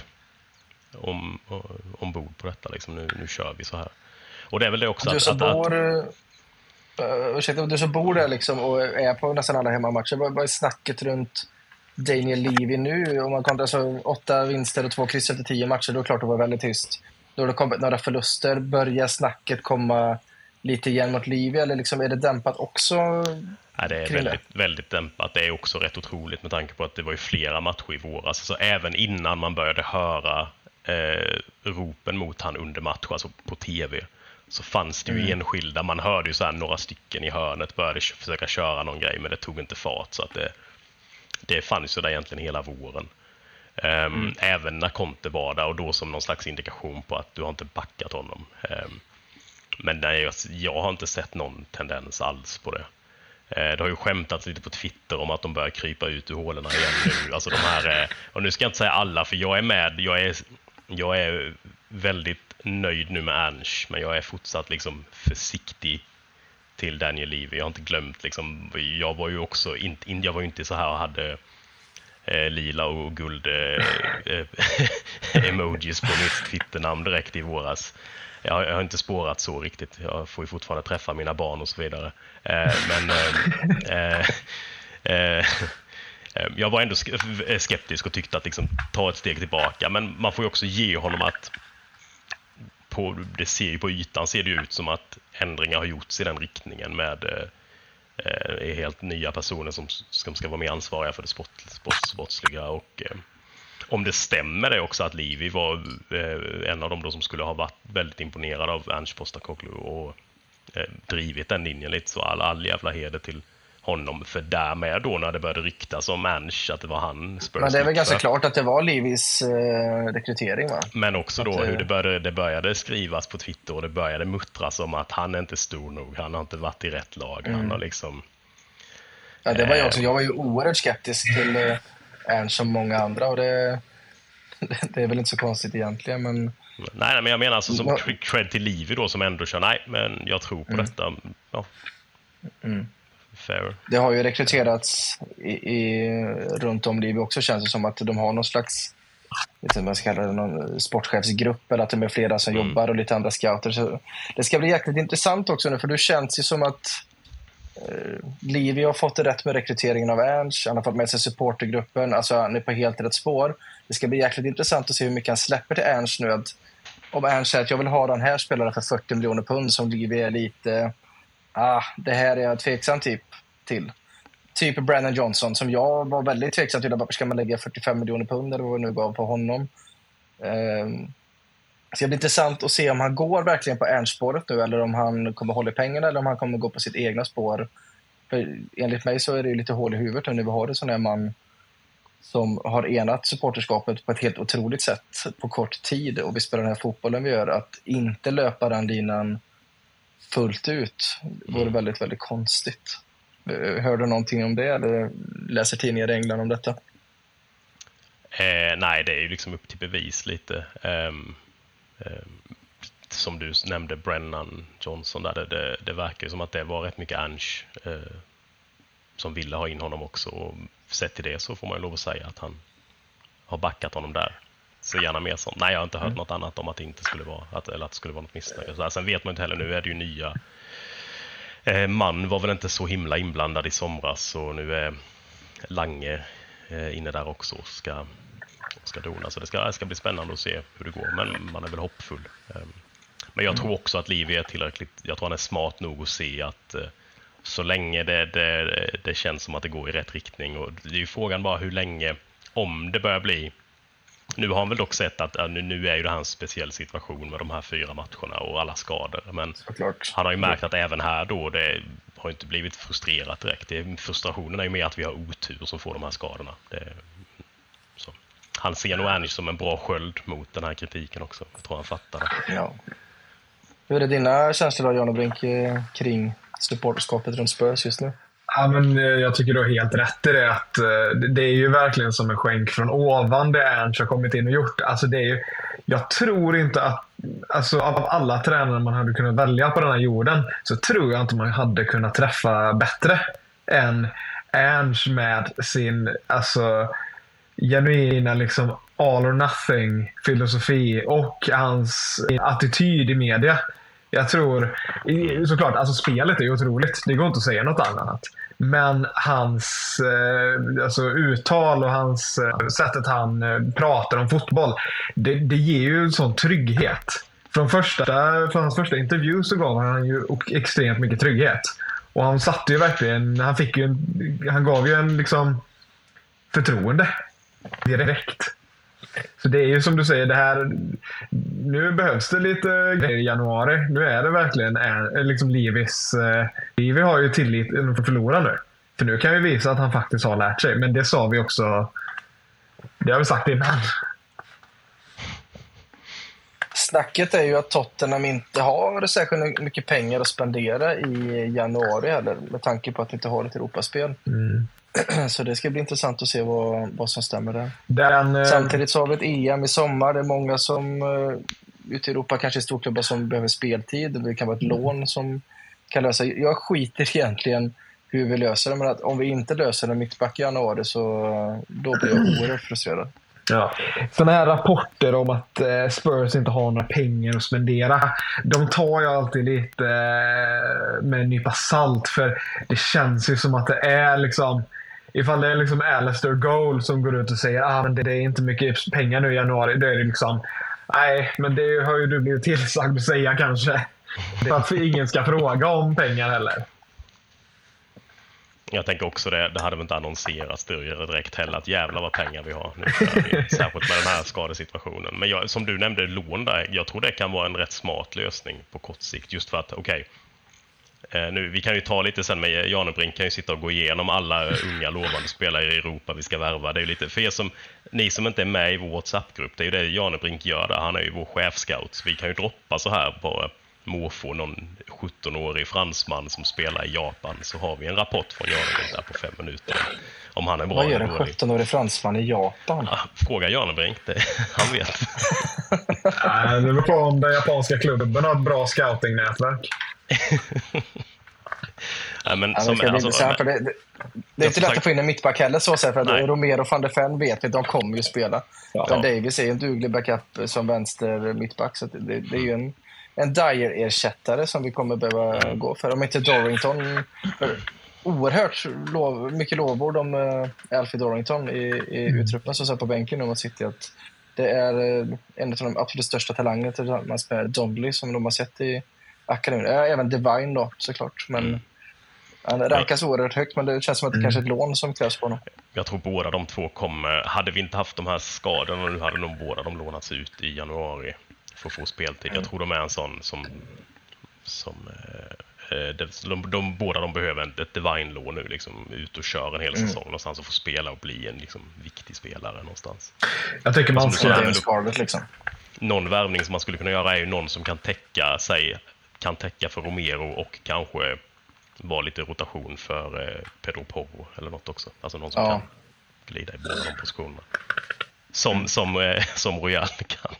ombord på detta liksom, nu kör vi så här. Och det är väl det också du som bor där liksom och är på nästan alla hemmamatcher, vad är snacket runt Daniel Levy nu? Om man kommer alltså 8 vinster och 2 kryss efter 10 matcher, då är det klart att det var väldigt tyst. Då har det kommit några förluster, börjar snacket komma lite igen mot Levy, eller liksom är det dämpat också? Ja, det är väldigt, väldigt dämpat. Det är också rätt otroligt med tanke på att det var ju flera matcher i våras. Så även innan man började höra ropen mot han under match, alltså på tv, så fanns det ju enskilda, man hörde ju så här några stycken i hörnet började försöka köra någon grej, men det tog inte fart, så att det fanns ju där egentligen hela våren. Även när Conte var där, och då som någon slags indikation på att du har inte backat honom. Men nej, jag har inte sett någon tendens alls på det. Det har ju skämtats lite på Twitter om att de börjar krypa ut ur hålen igen nu. Alltså de här, och nu ska jag inte säga alla, för jag är med. Jag är väldigt nöjd nu med Ernst, men jag är fortsatt liksom försiktig till Daniel Levy. Jag har inte glömt liksom, jag var ju också jag var ju inte så här och hade lila och guld emojis på mitt Twitternamn direkt i våras. Jag har inte spårat så riktigt. Jag får ju fortfarande träffa mina barn och så vidare. Jag var ändå skeptisk och tyckte att liksom, ta ett steg tillbaka. Men man får ju också ge honom att det ser ju på ytan ser det ut som att ändringar har gjorts i den riktningen med helt nya personer som ska vara mer ansvariga för det sportsliga. Och om det stämmer det också att Levy var en av dem då som skulle ha varit väldigt imponerad av Ernst Postecoglou och drivit den linjen lite, så all jävla heder till honom, för därmed då när det började ryktas om Ernst att det var han Spurs.
Men det är väl ganska klart att det var Levys rekrytering, va?
Men också då hur det började skrivas på Twitter och det började muttras om att han är inte stor nog, han har inte varit i rätt lag, han har liksom...
Ja, det var jag också. Jag var ju oerhört skeptisk till Ernst som många andra, och det är väl inte så konstigt egentligen, men...
Nej, men jag menar alltså som cred till Levy då, som ändå kör, nej, men jag tror på detta. Ja. Fair.
Det har ju rekryterats runt om Levy också, känns det som att de har någon slags, vet inte vad jag ska kalla det, någon sportchefsgrupp, eller att det är flera som jobbar och lite andra scouter. Så det ska bli jäkligt intressant också nu, för det känns ju som att Levy har fått det rätt med rekryteringen av Ernst. Han har fått med sig supportergruppen. Alltså han är på helt rätt spår. Det ska bli jäkligt intressant att se hur mycket han släpper till Ernst nu. Att om Ernst säger att jag vill ha den här spelaren för 40 miljoner pund, som Levy är lite... det här är jag tveksam till. Typ Brandon Johnson, som jag var väldigt tveksam till. Varför ska man lägga 45 miljoner pund eller vad vi nu gav på honom? Det ska bli intressant att se om han går verkligen på Ernst-spåret nu, eller om han kommer hålla pengarna, eller om han kommer gå på sitt egna spår. För enligt mig så är det ju lite hål i huvudet när vi har en sån här man som har enat supporterskapet på ett helt otroligt sätt på kort tid, och vi spelar den här fotbollen vi gör, att inte löpa den linan fullt ut vore väldigt, väldigt konstigt. Hör du någonting om det, eller läser tidningar i England om detta?
Nej, det är ju liksom upp till bevis lite. Som du nämnde, Brennan Johnson där, det verkar ju som att det var rätt mycket Ernst som ville ha in honom också, och sett till det så får man ju lov att säga att han har backat honom där. Så gärna mer sånt. Nej, jag har inte hört något annat om att det inte skulle vara eller att det skulle vara något missnöje. Sen vet man inte heller, nu är det ju nya man var väl inte så himla inblandad i somras, och nu är Lange inne där också och ska dona. Så det ska bli spännande att se hur det går, men man är väl hoppfull. Men jag tror också att Levy är tillräckligt, jag tror han är smart nog att se att så länge det känns som att det går i rätt riktning, och det är ju frågan bara hur länge, om det börjar bli. Nu har han väl dock sett att nu är ju det här en speciell situation med de här 4 matcherna och alla skador, men han har ju märkt att även här då, det har inte blivit frustrerat direkt. Frustrationen är ju mer att vi har otur som får de här skadorna. Så. Han ser nog Ernst som en bra sköld mot den här kritiken också. Jag tror han fattar det. Ja.
Hur är dina känslor då, Jan och Brink, kring supporterskapet runt Spurs just nu?
Ja, men jag tycker du har helt rätt i det, att det är ju verkligen som en skänk från ovan det Ernst har kommit in och gjort. Alltså det är ju, jag tror inte att, alltså av alla tränare man hade kunnat välja på den här jorden, så tror jag inte man hade kunnat träffa bättre än Ernst med sin genuina liksom all or nothing filosofi och hans attityd i media. Jag tror, såklart, alltså spelet är ju otroligt. Det går inte att säga något annat. Men hans uttal och hans sättet han pratar om fotboll, det ger ju en sån trygghet. Från hans första intervju så gav han ju extremt mycket trygghet. Och han satte ju verkligen, han gav ju en liksom förtroende direkt. Så det är ju som du säger, det här, nu behövs det lite grejer i januari. Nu är det verkligen liksom Levi har ju tillit för att förlora nu. För nu kan vi visa att han faktiskt har lärt sig. Men det sa vi också, det har vi sagt innan.
Snacket är ju att Tottenham inte har särskilt mycket pengar att spendera i januari heller, med tanke på att de inte har ett Europaspel. Så det ska bli intressant att se vad som stämmer där. Samtidigt så har vi ett EM i sommar. Det är många som ute i Europa, kanske i storklubbar, som behöver speltid. Det kan vara ett lån som kan lösa. Jag skiter egentligen hur vi löser det, men att om vi inte löser det mittback i januari, så då blir jag oerhört frustrerad.
Ja. Sådana här rapporter om att Spurs inte har några pengar att spendera, de tar jag alltid lite med en nypa salt, för det känns ju som att det är liksom, ifall det är liksom Alistair Gold som går ut och säger men det är inte mycket pengar nu i januari, då är det liksom, nej, men det har ju du blivit tillsagd att säga kanske. För att ingen ska fråga om pengar heller.
Jag tänker också det hade väl inte annonserats direkt heller, att jävla vad pengar vi har nu, särskilt med den här skadesituationen. Men som du nämnde, lån där, jag tror det kan vara en rätt smart lösning på kort sikt, just för att nu, vi kan ju ta lite sen med Janebrink, kan ju sitta och gå igenom alla unga lovande spelare i Europa vi ska värva. Det är ju lite, för ni som inte är med i vår WhatsApp-grupp, det är ju det Janebrink gör där, han är ju vår chefscout, så vi kan ju droppa så här på måfå någon 17-årig fransman som spelar i Japan, så har vi en rapport från Janebrink där på 5 minuter om han är bra.
Vad gör en 17-årig fransman i Japan?
Fråga Janebrink, han vet.
Det beror på om den japanska klubben har ett bra scouting-nätverk.
Det är inte lätt att få in en mittback heller, så för att Romero och van der Ven vet vi, de kommer ju spela. Men Davis är en duglig backup som vänster mittback, så det är ju en Dyer-ersättare som vi kommer behöva gå för. Om inte Dorrington, oerhört mycket lovord om Alfie Dorrington i uttruppen som satt på bänken nu mot City, att det är en av de absolut största talangerna tillsammans med Donnelly som de har sett i akademin. Även Divine då, såklart. Men han rankas oerhört högt, men det känns som att det kanske är ett lån som krävs på honom. Jag
tror båda de två kommer, hade vi inte haft de här skadorna nu, hade nog båda de lånats ut i januari för att få speltid. Jag tror de är en sån som båda de behöver ett Divine-lån nu, liksom, ut och köra en hel säsong någonstans och få spela och bli en liksom, viktig spelare någonstans.
Jag tycker man ska
någon värvning som man skulle kunna göra är ju någon som kan täcka för Romero och kanske vara lite rotation för Pedro Porro eller något också. Alltså någon som kan glida i båda de positionerna. Som Royal kan.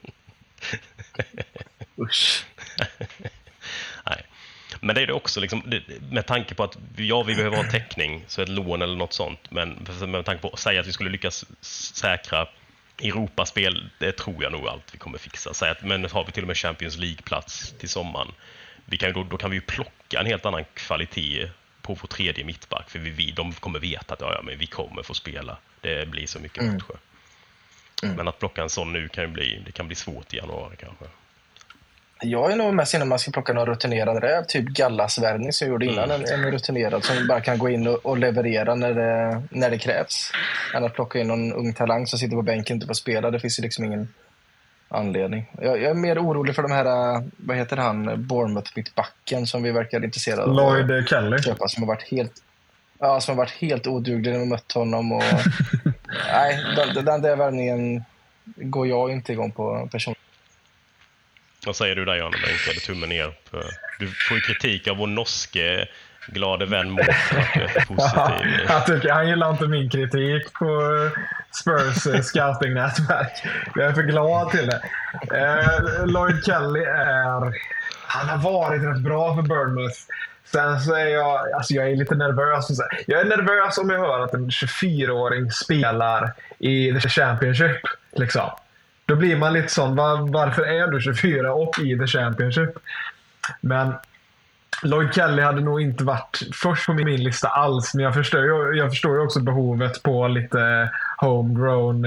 Usch.
Nej. Men det är det också liksom, med tanke på att vi behöver ha täckning, så ett lån eller något sånt, men med tanke på att säga att vi skulle lyckas säkra Europaspel, det tror jag nog allt vi kommer fixa. Men har vi till och med Champions League-plats till sommaren, då kan vi ju plocka en helt annan kvalitet på vår tredje mittback, för de kommer veta att men vi kommer få spela. Det blir så mycket matcher. Men att plocka en sån nu kan bli svårt i januari kanske.
Jag är nog mest innan man ska plocka någon rutinerad räv, typ Gallas-värvning som jag gjorde innan, en rutinerad som bara kan gå in och leverera när det krävs. Än att plocka in någon ung talang som sitter på bänken och inte får spela, det finns ju liksom ingen anledning. Jag är mer orolig för de här, vad heter han, Bournemouth-mittbacken som vi verkar intresserade av.
Lloyd Kelly.
Som har varit helt oduglig när vi mött honom. Och, nej, den där värvningen går jag inte igång på personligen.
Vad säger du där, Jan? Är det tummen ner? Du får ju kritik av vår norske glade vän mot att du är positiv.
Jag tycker han gillar inte min kritik på Spurs scouting-nätverk. Jag är för glad till det. Lloyd Kelly han har varit rätt bra för Bournemouth. Sen så är jag är lite nervös. Jag är nervös om jag hör att en 24-åring spelar i The Championship. Liksom. Då blir man lite sån, varför är du 24 och i The Championship? Men Lloyd Kelly hade nog inte varit först på min lista alls. Men jag förstår ju också behovet på lite homegrown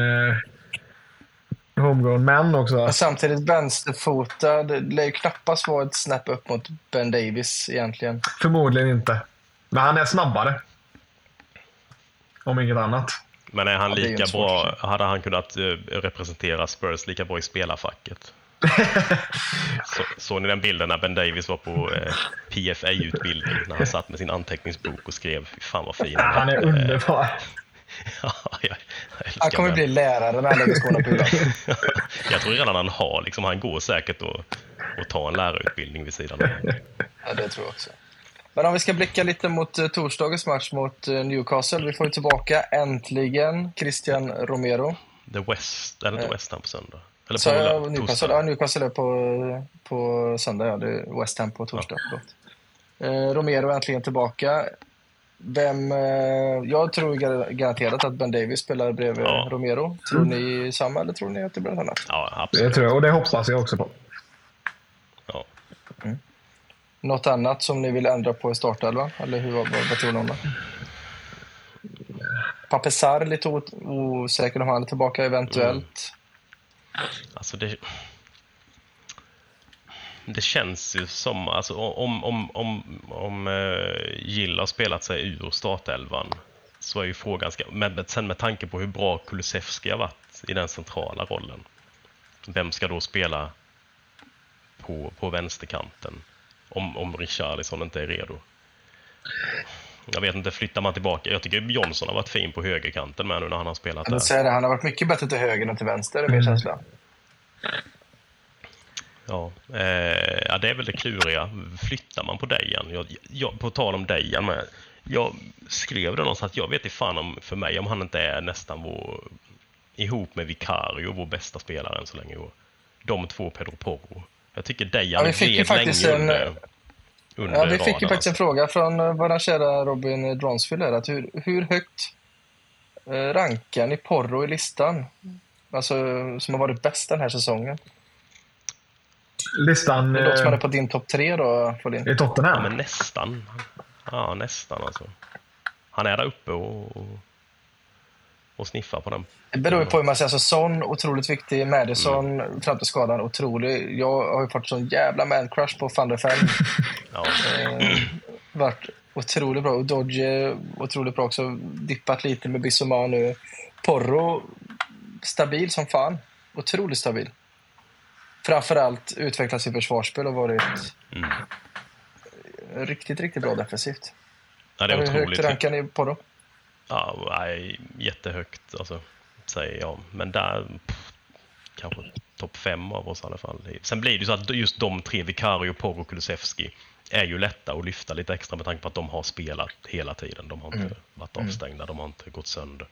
män också.
Samtidigt vänsterfotad, det lär ju knappast vara ett snap upp mot Ben Davis egentligen.
Förmodligen inte. Men han är snabbare. Om inget annat.
Men är han
Ja, det är ju
lika
inte svårt att
bra, hade han kunnat representera Spurs lika bra i spelarfacket? Så ni den bilden när Ben Davies var på PFA-utbildning när han satt med sin anteckningsbok och skrev fy fan vad fin
Han är underbar.
Ja, jag
Han kommer bli lärare när han lägger skorna på hyllan.
Jag tror redan han har, liksom, han går säkert och ta en lärarutbildning vid sidan av.
Ja, det tror jag också. Men om vi ska blicka lite mot torsdagens match mot Newcastle. Vi får ju tillbaka äntligen Christian Romero.
The West Ham på söndag. Eller
Så
på
Newcastle,
torsdag.
ja, Newcastle är på söndag, ja. Det är West Ham på torsdag. Romero är äntligen tillbaka. Jag tror garanterat att Ben Davies spelar bredvid Romero. Tror ni samma eller tror ni att det blir något annat?
Ja, absolut.
Det tror jag, och det hoppas jag också på.
Ja.
Något annat som ni vill ändra på i startelvan? Eller vad tror ni om det? Papesar lite osäker om han är tillbaka eventuellt.
Alltså det känns ju som, alltså, om Gill har spelat sig ur startelvan så är ju frågan, sen med tanke på hur bra Kulusevski har varit i den centrala rollen, vem ska då spela på vänsterkanten om Richarlison inte är redo? Jag vet inte, flyttar man tillbaka? Jag tycker Johnson har varit fin på högerkanten med nu när han har spelat där.
Han har varit mycket bättre till höger än till vänster, är min känsla.
Ja, det är väl det kluriga. Flyttar man på Dejan? På tal om Dejan med. Jag skrev det någonstans att jag vet inte fan om, för mig, om han inte är nästan ihop med Vicario, vår bästa spelare än så länge. De två Pedro Porro. Jag tycker Dejan blev länge under
vi fick ju faktiskt en fråga från vår kära Robin Dronsfield här, att hur högt rankar ni Porro i listan? Alltså, som har varit bäst den här säsongen.
Listan...
Det låter som man är på din topp 3 då, Folin.
I Tottenham?
Ja, men nästan. Ja, nästan alltså. Han är där uppe och sniffar på den.
Det beror ju på hur man säger. Alltså, Son, otroligt viktig. Madison, fram till skadan, otrolig. Jag har ju fått sån jävla man-crush på Van der Ven.
Ja.
Varit otroligt bra. Och Dodge, otroligt bra också. Dippat lite med Bissouma nu. Porro, stabil som fan. Otroligt stabil. Framförallt utvecklas i försvarsspel och varit riktigt, riktigt bra defensivt.
Ja, det är
hur
otroligt.
högt rankar ni Porro?
Ja, nej, jättehögt alltså, säger jag. Men där kanske topp 5 av oss i alla fall. Sen blir det ju så att just de tre, Vicario, Porro och Kulusevski, är ju lätta att lyfta lite extra med tanke på att de har spelat hela tiden. De har inte varit avstängda, de har inte gått sönder.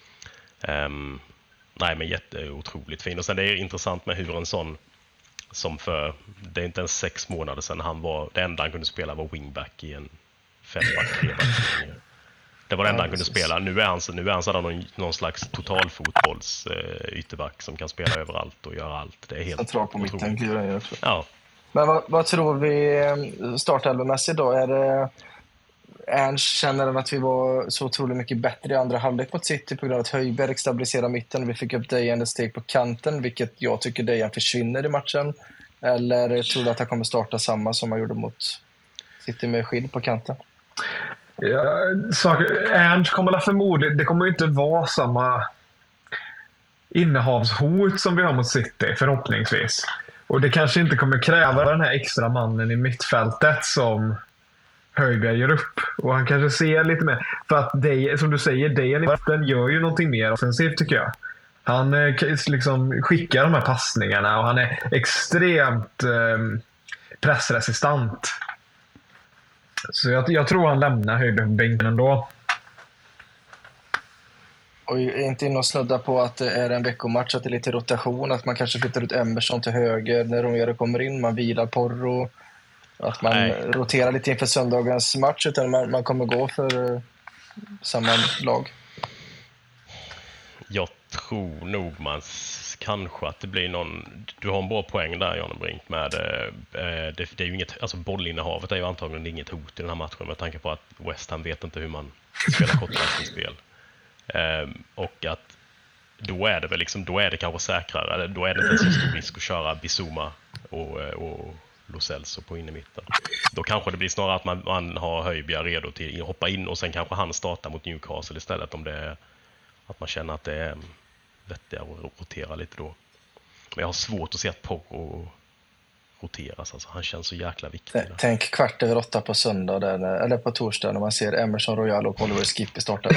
Nej, men otroligt fin. Och sen det är intressant med hur en sån som det är inte ens 6 månader sedan det enda han kunde spela var wingback i en 5-back, 3-back. Det var det enda han kunde spela. Nu är han sådan någon slags totalfotbolls ytterback som kan spela överallt och göra allt. Det är helt
central på mitten.
Ja.
Men vad tror vi startelvemässigt då? Är det Ernst, känner att vi var så otroligt mycket bättre i andra halvlek mot City på grund av att Höjberg stabiliserar mitten och vi fick upp Dejan ett steg på kanten, vilket jag tycker Dejan försvinner i matchen? Eller tror du att han kommer starta samma som han gjorde mot City med skydd på kanten?
Ja, Ernst kommer förmodligen, det kommer ju inte vara samma innehavshot som vi har mot City, förhoppningsvis. Och det kanske inte kommer kräva den här extra mannen i mittfältet som Höjberg gör upp. Och han kanske ser lite mer. För att som du säger, Dejan i vatten gör ju någonting mer offensivt, tycker jag. Han liksom skickar de här passningarna och han är extremt pressresistant. Så jag tror han lämnar Höjberg på bänken ändå.
Och är inte inne och snudda på att det är en veckomatch, att det är lite rotation, att man kanske flyttar ut Emerson till höger när Romero kommer in, man vilar Porro, att man roterar lite inför söndagens match, utan man kommer gå för samma lag.
Jag tror nog kanske att det blir du har en bra poäng där, Jan Brink, med det är ju inget, alltså bollinnehavet är ju antagligen inget hot i den här matchen med tanke på att West Ham vet inte hur man spelar kortpassningsspel. Och att då är det väl liksom, då är det kanske säkrare, då är det inte så stor risk att köra Bissouma och Lo Celso på in i mitten. Då kanske det blir snarare att man har Höjbjerg redo till att hoppa in och sen kanske han startar mot Newcastle istället, om Att man känner att det är vettigare att rotera lite då. Men jag har svårt att se att Porro roteras. Alltså, han känns så jäkla viktig.
Tänk 7:15 på söndag där, eller på torsdag när man ser Emerson Royal och Oliver Skip i starten.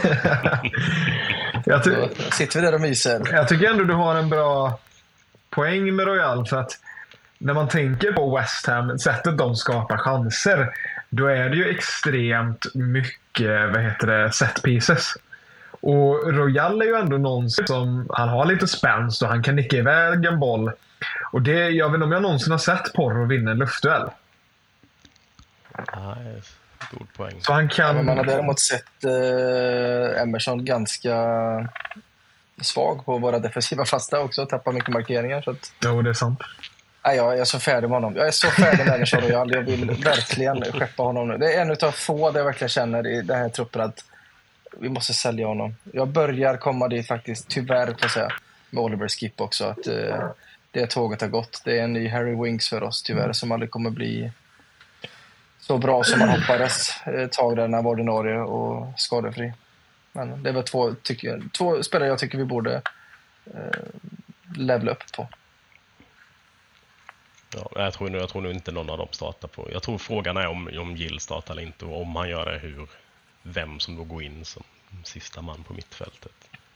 Då sitter vi där och myser.
Jag tycker ändå du har en bra poäng med Royal, för att när man tänker på West Ham, sättet de skapar chanser, då är det ju extremt mycket set pieces. Och Royal är ju ändå någon som han har lite spänst och han kan nicka iväg en boll. Och det, jag vet inte om jag någonsin har sett Porro vinna en luftduell.
Nej, god poäng.
Så han kan...
Men man har däremot sett Emerson ganska svag på våra defensiva fasta också. Tappar mycket markeringar. Så att...
Jo, det är sant.
Nej, jag är så färdig med honom. Jag är så färdig med Emerson Royal. Jag vill verkligen skeppa honom nu. Det är en utav få där jag verkligen känner i den här truppen att vi måste sälja honom. Jag börjar komma dit faktiskt, tyvärr kan jag säga, med Oliver Skip också. Att det tåget har gått. Det är en ny Harry Winks för oss tyvärr som aldrig kommer bli så bra som man hoppades ett tag där när han var ordinarie och skadefri. Men det är väl två spelare jag tycker vi borde levela upp på.
Ja, jag tror nu inte någon av dem startar på. Jag tror frågan är om Gill startar eller inte, och om han gör det, vem som då går in som sista man på mittfältet.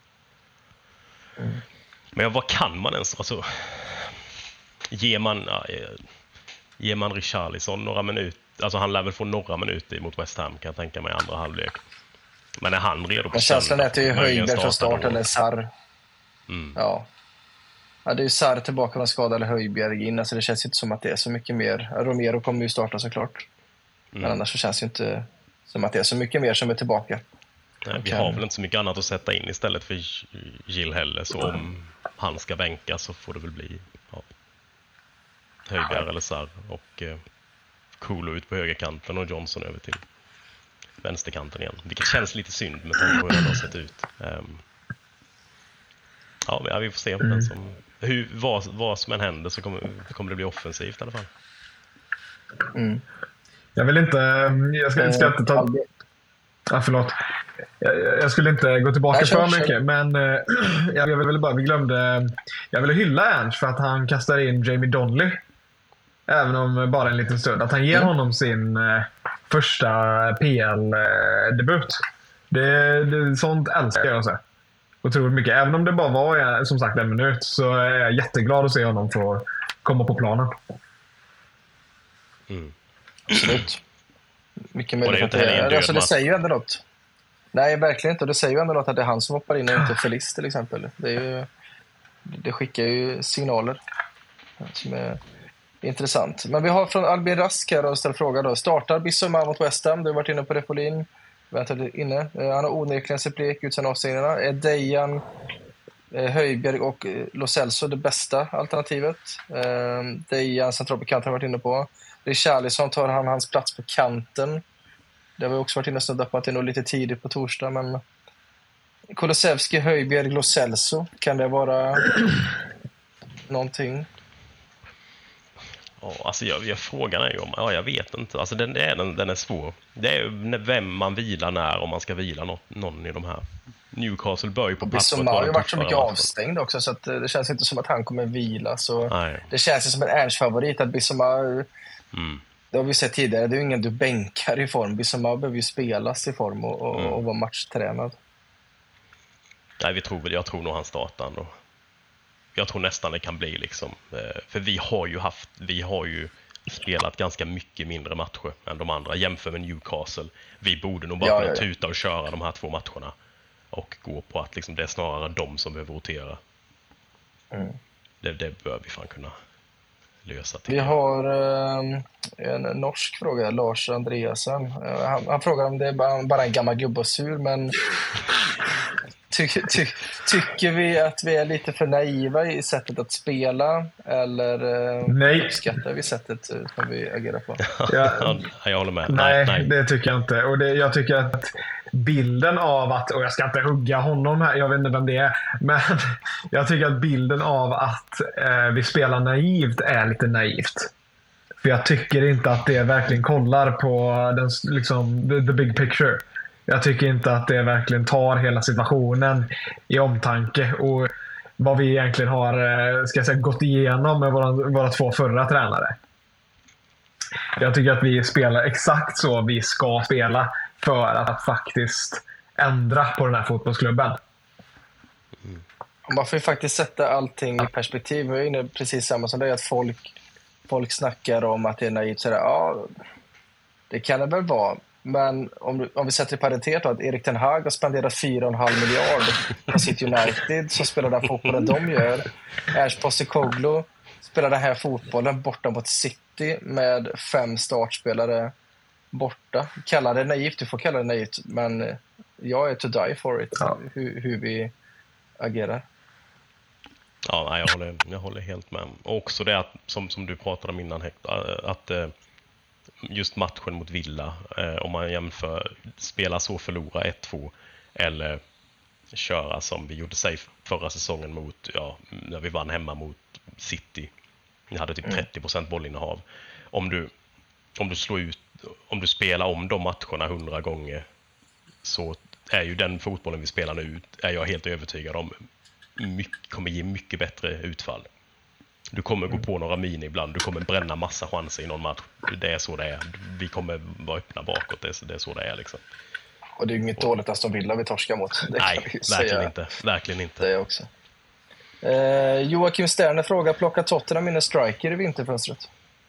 Men vad kan man ens, alltså ger man Richarlison några minuter, alltså han lär väl få några minuter mot West Ham, kan jag tänka mig, i andra halvlek. Men är han redo på
känslan är att det är Höjbjerg från start eller Sarr. Ja, det är ju Sarr tillbaka från skada eller Höjbjerg in, alltså det känns inte som att det är så mycket mer. Romero kommer ju starta såklart. Men annars så känns det inte som att det är så mycket mer som är tillbaka.
Nej, vi har väl inte så mycket annat att sätta in istället för Gill heller, så om han ska bänka så får det väl bli Höjbjerg eller Sarr och Kolo ut på högerkanten och Johnson över till vänsterkanten igen. Vilket känns lite synd med tanke på hur det har sett ut. Ja, vi får se. Vad som än händer så kommer det bli offensivt i alla fall.
Jag vill inte... Jag ska inte ta... förlåt. Jag skulle inte gå tillbaka för mycket, men jag ville bara... Jag ville hylla Ernst för att han kastar in Jamie Donnelly. Även om bara en liten stund. Att han ger honom sin första PL-debut. Det sånt älskar jag att säga. Otroligt mycket. Även om det bara var som sagt en minut, så är jag jätteglad att se honom få komma på planen.
Absolut. Mycket möjligt att det säger ju ändå något. Nej, verkligen inte. Och det säger ju ändå något att det är han som hoppar in och inte Feliz till exempel. Det skickar ju signaler som är intressant. Men vi har från Albin Rask här och ställer fråga då. Startar Bissouma mot West Ham? Du har varit inne på Repolin. Inne. Han har onekligen sett blek ut sen avstängningarna. Är Dejan, Höjbjerg och Lo Celso det bästa alternativet? Dejan central på kanten har varit inne på. Richarlison tar hans plats på kanten. Det har vi också varit inne och snuddat på att det är nog lite tidigt på torsdag, men Kulusevski, Höjbjerg, Lo Celso, kan det vara någonting?
Alltså frågan är ju om... jag vet inte. Alltså den är svår. Det är ju vem man vilar när, om man ska vila någon i de här. Newcastle bör ju på pappret.
Bissouma har ju varit så mycket avstängd också, så att det känns inte som att han kommer vila. Så det känns ju som en Ernst-favorit att Bissouma... Det har vi sett tidigare. Det är ju ingen du bänkar i form. Bissouma behöver ju spelas i form och vara matchtränad.
Nej, jag tror nog han startar ändå. Jag tror nästan det kan bli liksom, för vi har ju spelat ganska mycket mindre matcher än de andra jämfört med Newcastle. Vi borde nog bara kunna tuta och köra de här 2 matcherna och gå på att liksom, det är snarare de som behöver rotera. Det bör vi fan kunna lösa till.
Vi har en norsk fråga, Lars Andreasen. Han frågar om det är bara en gammal gubbe och sur, men tycker vi att vi är lite för naiva i sättet att spela, eller uppskattar vi sättet som vi agerar på?
Jag håller med.
Nej, det tycker jag inte. Och jag tycker att bilden av att, och jag ska inte hugga honom här, jag vet inte vem det är, men jag tycker att bilden av att vi spelar naivt är lite naivt. För jag tycker inte att det verkligen kollar på den, liksom, the big picture. Jag tycker inte att det verkligen tar hela situationen i omtanke och vad vi egentligen har ska jag säga, gått igenom med våra 2 förra tränare. Jag tycker att vi spelar exakt så vi ska spela för att faktiskt ändra på den här fotbollsklubben.
Man får ju faktiskt sätta allting i perspektiv. Jag är inne precis samma som det, att folk snackar om att det är naivt. Så ja, det kan det väl vara. Men om vi sätter i paritet då, att Erik Ten Hag har spenderat 4,5 miljard på City United som spelar den fotbollen de gör. Ange Postecoglou spelar den här fotbollen borta mot City med 5 startspelare borta. Kalla det naivt, du får kalla det naivt, men jag är to die for it, hur vi agerar.
Ja, nej, jag håller helt med. Och också det att, som du pratade om innan, att just matchen mot Villa, om man jämför spela så, förlora 1-2 eller köra som vi gjorde sig förra säsongen mot, när vi vann hemma mot City. Vi hade typ 30% bollinnehav. Om du spelar om de matcherna 100 gånger, så är ju den fotbollen vi spelar nu, är jag helt övertygad om, kommer ge mycket bättre utfall. Du kommer gå på några min ibland, du kommer bränna massa chanser i någon match. Det är så det är. Vi kommer vara öppna bakåt, det är så det är liksom.
Och det är ju inget dåligt Aston Villa vi torskar mot. Det
nej, verkligen inte.
Det är också. Joakim Sterner frågar, plockar Tottenham in en striker i vinterfönstret?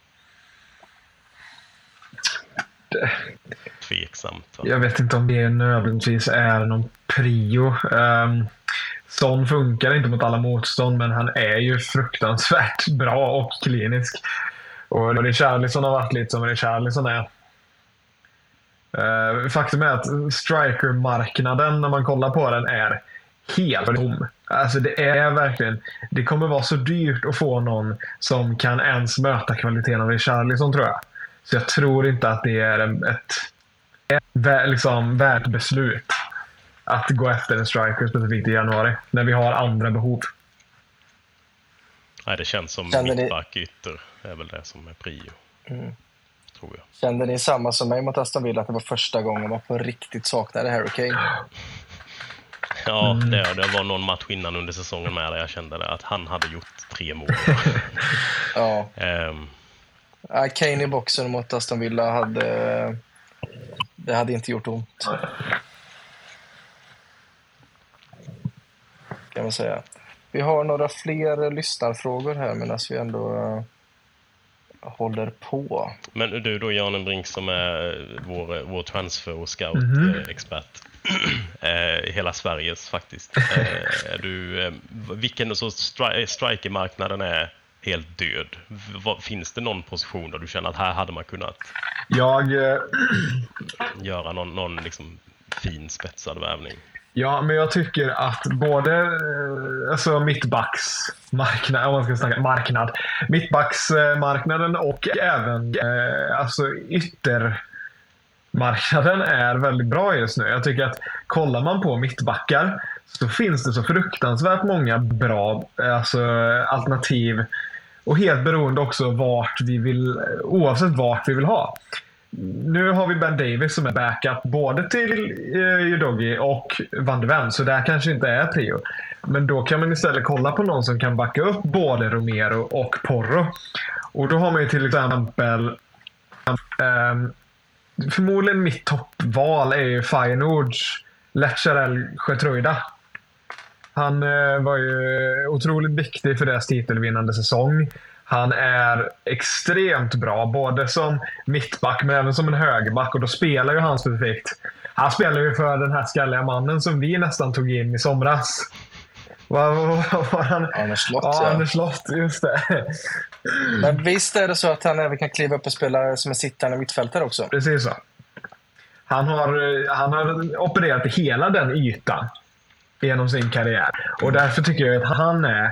Tveksamt, va?
Jag vet inte om det nödvändigtvis är någon prio. Sån funkar inte mot alla motstånd, men han är ju fruktansvärt bra och klinisk. Och Richarlison har varit lite som Richarlison är. Faktum är att strikermarknaden, när man kollar på den, är helt tom. Alltså det är verkligen, det kommer vara så dyrt att få någon som kan ens möta kvaliteten av Richarlison, tror jag. Så jag tror inte att det är ett liksom värt beslut att gå efter en striker specifikt i januari, när vi har andra behov.
Nej, det känns som mittback ytter är väl det som är prio. Tror jag.
Kände ni samma som mig mot Aston Villa, att det var första gången man på riktigt saknade Harry Kane?
Ja, det var någon match innan under säsongen med där jag kände det, att han hade gjort 3 mål.
Ja. Kane i boxen mot Aston Villa hade inte gjort ont. Kan man säga. Vi har några fler lyssnarfrågor här medan vi ändå håller på.
Men du då, Jan Brink, som är vår transfer- och scout-expert. Hela Sveriges faktiskt. Vilken så strikermarknaden är helt död. Finns det någon position där du känner att här hade man kunnat göra någon liksom fin spetsad värvning?
Men jag tycker att både mittbacksmarknaden och även yttermarknaden är väldigt bra just nu. Jag tycker att kollar man på mittbackar så finns det så fruktansvärt många bra alternativ, och helt beroende också oavsett vart vi vill ha. Nu har vi Ben Davies som är backup både till Udogie och Van de Ven, så där kanske inte är prio. Men då kan man istället kolla på någon som kan backa upp både Romero och Porro. Och då har man ju till exempel förmodligen mitt toppval är ju Feyenoords Lecharel Getruida. Han var ju otroligt viktig för deras titelvinnande säsong. Han är extremt bra, både som mittback men även som en högerback. Och då spelar ju han specifikt. Han spelar ju för den här skalliga mannen som vi nästan tog in i somras. Var han?
Arne Slott,
ja. Arne Slott, just det.
Men visst är det så att han även kan kliva upp och spela som en sittande mittfältare också?
Precis så. Han har opererat i hela den ytan genom sin karriär. Och därför tycker jag att han är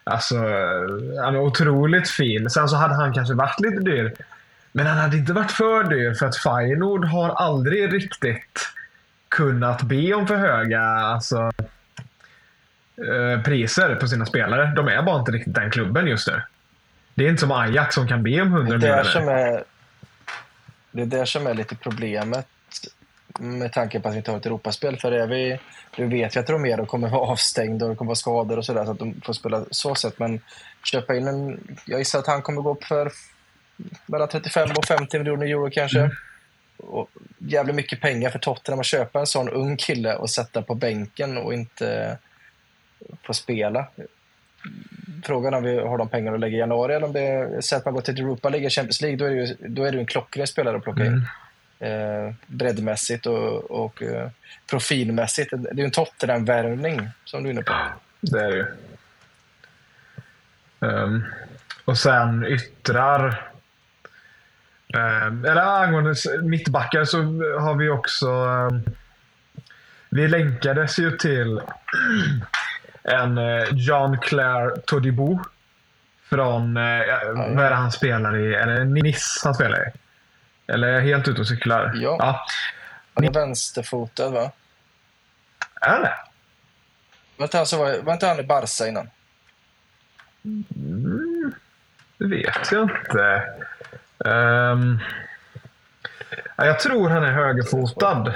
otroligt fin. Sen så hade han kanske varit lite dyr, men han hade inte varit för dyr, för att Feyenoord har aldrig riktigt kunnat be om för höga priser på sina spelare. De är bara inte riktigt den klubben just nu. Det är inte som Ajax som kan be om 100 miljoner.
Det är där som är lite problemet med tanke på att vi inte har ett Europaspel. För du vet ju att Romero kommer vara avstängd och det kommer vara skador och sådär, så att de får spela så sätt. Men köpa in jag gissar att han kommer gå upp för mellan 35 och 50 miljoner euro kanske. Och jävligt mycket pengar för Tottenham att köpa en sån ung kille och sätta på bänken och inte få spela. Frågan om vi har de pengarna att lägga i januari, eller om det är så att man går till Europa League, Champions League, då är det ju en klockren spelare att plocka in. Breddmässigt och profilmässigt. Det är ju en Tottenham-värvning som du är inne på.
Det är det ju. Och sen yttrar... eller angående mittbackar så har vi också... vi länkades ju till en Jean-Claire Todibo från... vad är det han spelar i? Eller Nice han spelar i? Eller är jag helt ute och cyklar?
Ja. Han är vänsterfotad, va?
Är det?
Var inte han i Barca innan?
Det vet jag inte. Jag tror han är högerfotad.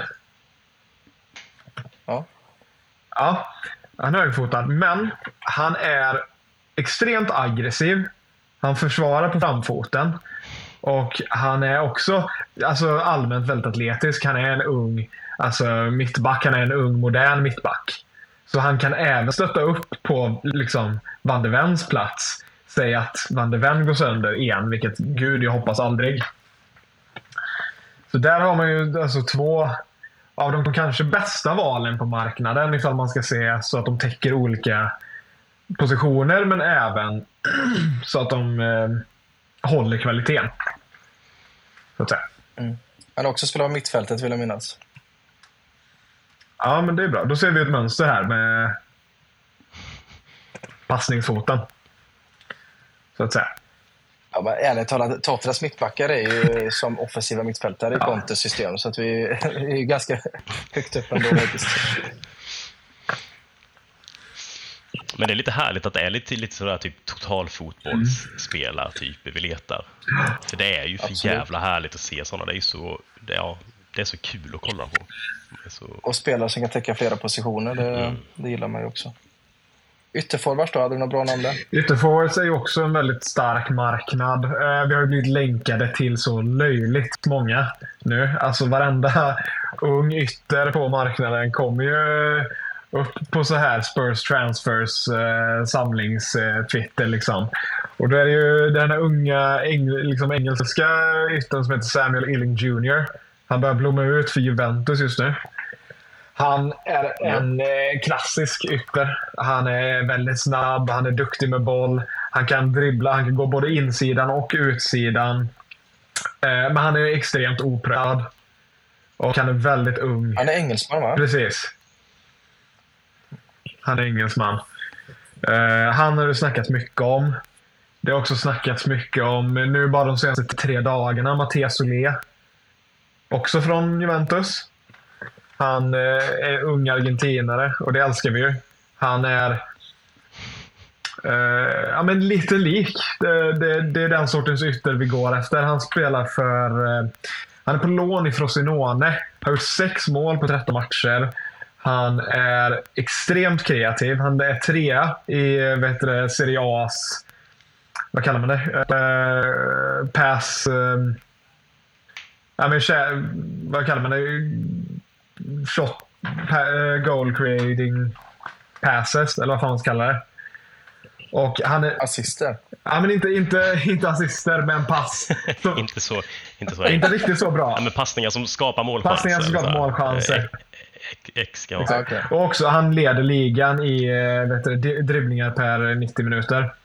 Ja.
Ja, han är högerfotad. Men han är extremt aggressiv. Han försvarar på framfoten. Och han är också allmänt väldigt atletisk. Han är en ung mittback. Han är en ung, modern mittback. Så han kan även stötta upp på liksom Van de Vens plats. Säg att Van de Ven går sönder igen, vilket gud jag hoppas aldrig. Så där har man ju två av de kanske bästa valen på marknaden, ifall man ska se så att de täcker olika positioner, men även så att de håller kvaliteten. Så att säga.
Han också spelar mittfältet, vill jag minnas.
Ja, men det är bra. Då ser vi ett mönster här med passningsfoten. Så att säga.
Ja, men ärligt talat, Tottenhams mittbackar är ju som offensiva mittfältare i Contes system, så att vi är ju ganska högt upp ändå.
Men det är lite härligt att det är lite sådär typ totalfotbollsspelare typ vi letar. För det är ju för jävla härligt att se sådana. Det är så kul att kolla på.
Och spelare som kan täcka flera positioner, det gillar man ju också. Ytterforwards då, hade du några bra namn där?
Ytterforwards är ju också en väldigt stark marknad. Vi har ju blivit länkade till så löjligt många nu. Alltså varenda ung ytter på marknaden kommer ju upp på så här Spurs Transfers samlingstwitter liksom. Och då är det ju den här unga engelska yttern som heter Samuel Illing Jr. Han börjar blomma ut för Juventus just nu. Han är en klassisk ytter. Han är väldigt snabb, han är duktig med boll. Han kan dribbla, han kan gå både insidan och utsidan. Men han är extremt oprövad. Och han är väldigt ung.
Han är engelsman, va?
Precis. Han är engelsman. Han har det snackats mycket om. Det har också snackats mycket om, nu bara de senaste 3 dagarna, Mathias Solé. Också från Juventus. Han är ung argentinare och det älskar vi ju. Han är men lite lik. Det är den sortens ytter vi går efter. Han spelar för... han är på lån i Frosinone. Har gjort 6 mål på 13 matcher. Han är extremt kreativ. Han är 3 i Serie A's... Vad kallar man det? Pass... vad kallar man det? Shot, goal creating passes, eller vad fan man ska kalla det. Och han är
assister.
Ja, men inte assister, men pass. Inte riktigt så bra.
Ja, men passningar som skapar målchanser.
Okay. Och också han leder ligan i dribblingar per 90 minuter.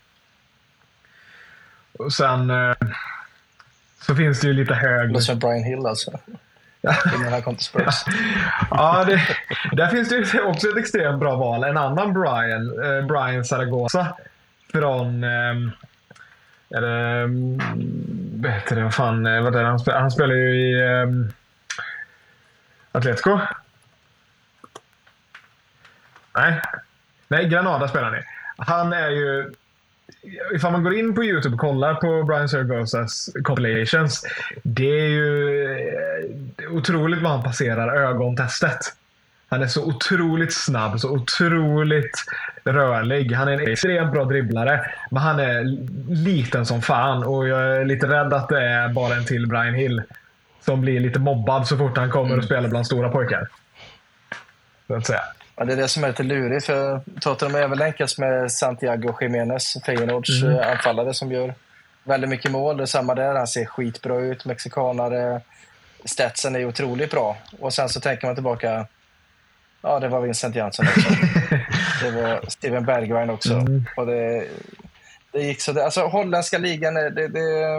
Och sen så finns det ju lite hög.
Det är Brian Hill alltså. Innan han kom till Spurs.
Ja, där finns det ju också ett extremt bra val. En annan Brian Zaragoza från han spelar ju i Atletico. Nej, Granada spelar han i. Han är ju ifall man går in på YouTube och kollar på Brian Zaragozas compilations, det är ju otroligt vad han passerar ögontestet. Han är så otroligt snabb, så otroligt rörlig. Han är en extremt bra dribblare, men han är liten som fan, och jag är lite rädd att det är bara en till Brian Hill som blir lite mobbad så fort han kommer och spelar bland stora pojkar. Så att säga.
Ja, det är det som är lite lurigt, för Tottenham överlänkas med Santiago Jiménez, Feyenoords anfallare som gör väldigt mycket mål. Det är samma där, han ser skitbra ut, mexikanare, statsen är otroligt bra. Och sen så tänker man tillbaka, ja, det var Vincent Jansson också. Det var Steven Bergwijn också. Och det gick så. Alltså holländska ligan, nej,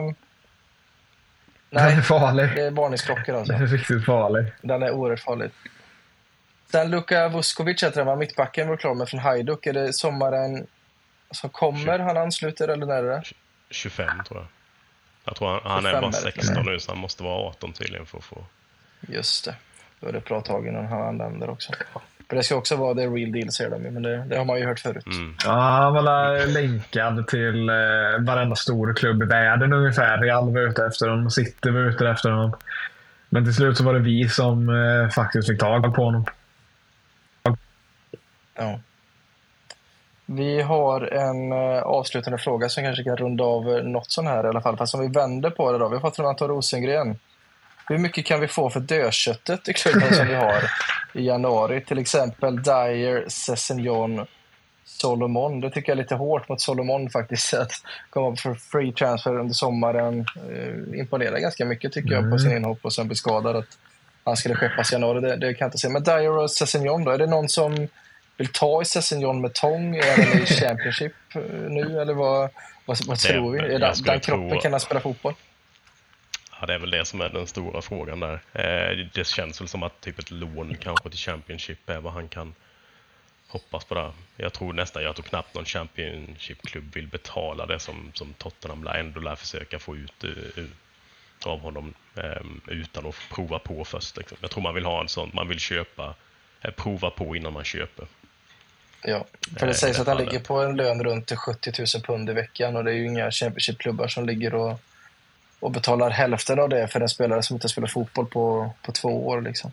Den är farlig.
det är varningsklockor alltså.
Den är riktigt farlig.
Den är oerhört farlig. Sen Luka Vuskovic heter han, mittbacken var klar med från Hajduk. Är det sommaren som kommer han ansluter, eller när är det?
25 tror jag. Jag tror han är bara 16 nu, så han måste vara 18 tydligen för att få...
Just det. Då är det bra tag innan han använder också. För det ska också vara the real deal, säger de. Men det har man ju hört förut.
Ja, han var länkad till varenda stor klubb i världen ungefär. Real var ute efter honom, City var ute efter honom. Men till slut så var det vi som faktiskt fick tag på honom.
Ja. Vi har en avslutande fråga som kanske kan runda av något sån här i alla fall. Fast om vi vänder på det då. Vi har fått från Anton Rosengren. Hur mycket kan vi få för dödköttet i klubben som vi har i januari? Till exempel Dyer, Sessegnon, Solomon. Det tycker jag är lite hårt mot Solomon faktiskt. Att komma för free transfer under sommaren. Imponerar ganska mycket tycker jag på sin inhopp och sen bli skadad. Att han skulle skeppas i januari, det kan jag inte se. Men Dyer och Sessegnon då? Är det någon som vill ta i Sessegnon med tång även i Championship nu? Eller vad tror vi? Den kroppen kan han spela fotboll?
Ja, det är väl det som är den stora frågan där. Det känns väl som att typ ett lån kanske till Championship är vad han kan hoppas på där. Jag tror knappt någon Championship-klubb vill betala det som Tottenham ändå lär försöka få ut av honom utan att prova på först. Liksom. Jag tror man vill ha en sån, man vill prova på innan man köper.
Ja, för det sägs att han ligger på en lön runt 70 000 pund i veckan, och det är ju inga Championship-klubbar som ligger och betalar hälften av det för en spelare som inte spelar fotboll på 2 år liksom.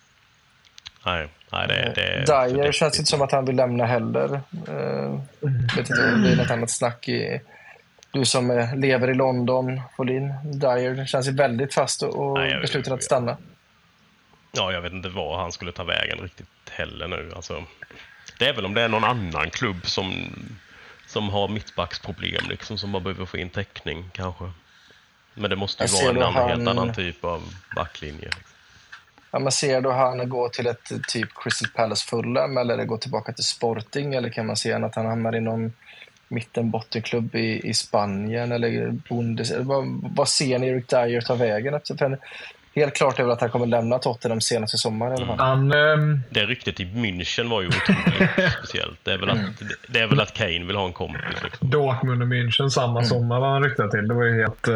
Nej, det
Dyer känns inte som att han vill lämna heller. Vet inte om det är något annat snack du som lever i London, Folin. Dyer känns ju väldigt fast och besluten att stanna.
Ja, jag vet inte vad han skulle ta vägen riktigt heller nu. Alltså, det är väl om det är någon annan klubb som har mittbacksproblem liksom, som man behöver få in täckning kanske. Men det måste ju vara en helt annan typ av backlinje. Liksom.
Ja, man ser då han går till ett typ Crystal Palace Fulham, eller det går tillbaka till Sporting, eller kan man se att han hamnar i någon mittenbottenklubb i Spanien eller Bundes. Vad ser ni Eric Dyer ta vägen? För helt klart är väl att han kommer lämna Tottenham senaste sommaren.
Det ryktet i München var ju otroligt speciellt. Det är väl att Kane vill ha en kompis. Liksom.
Dortmund och München samma sommar var han ryktad till. Det var ju helt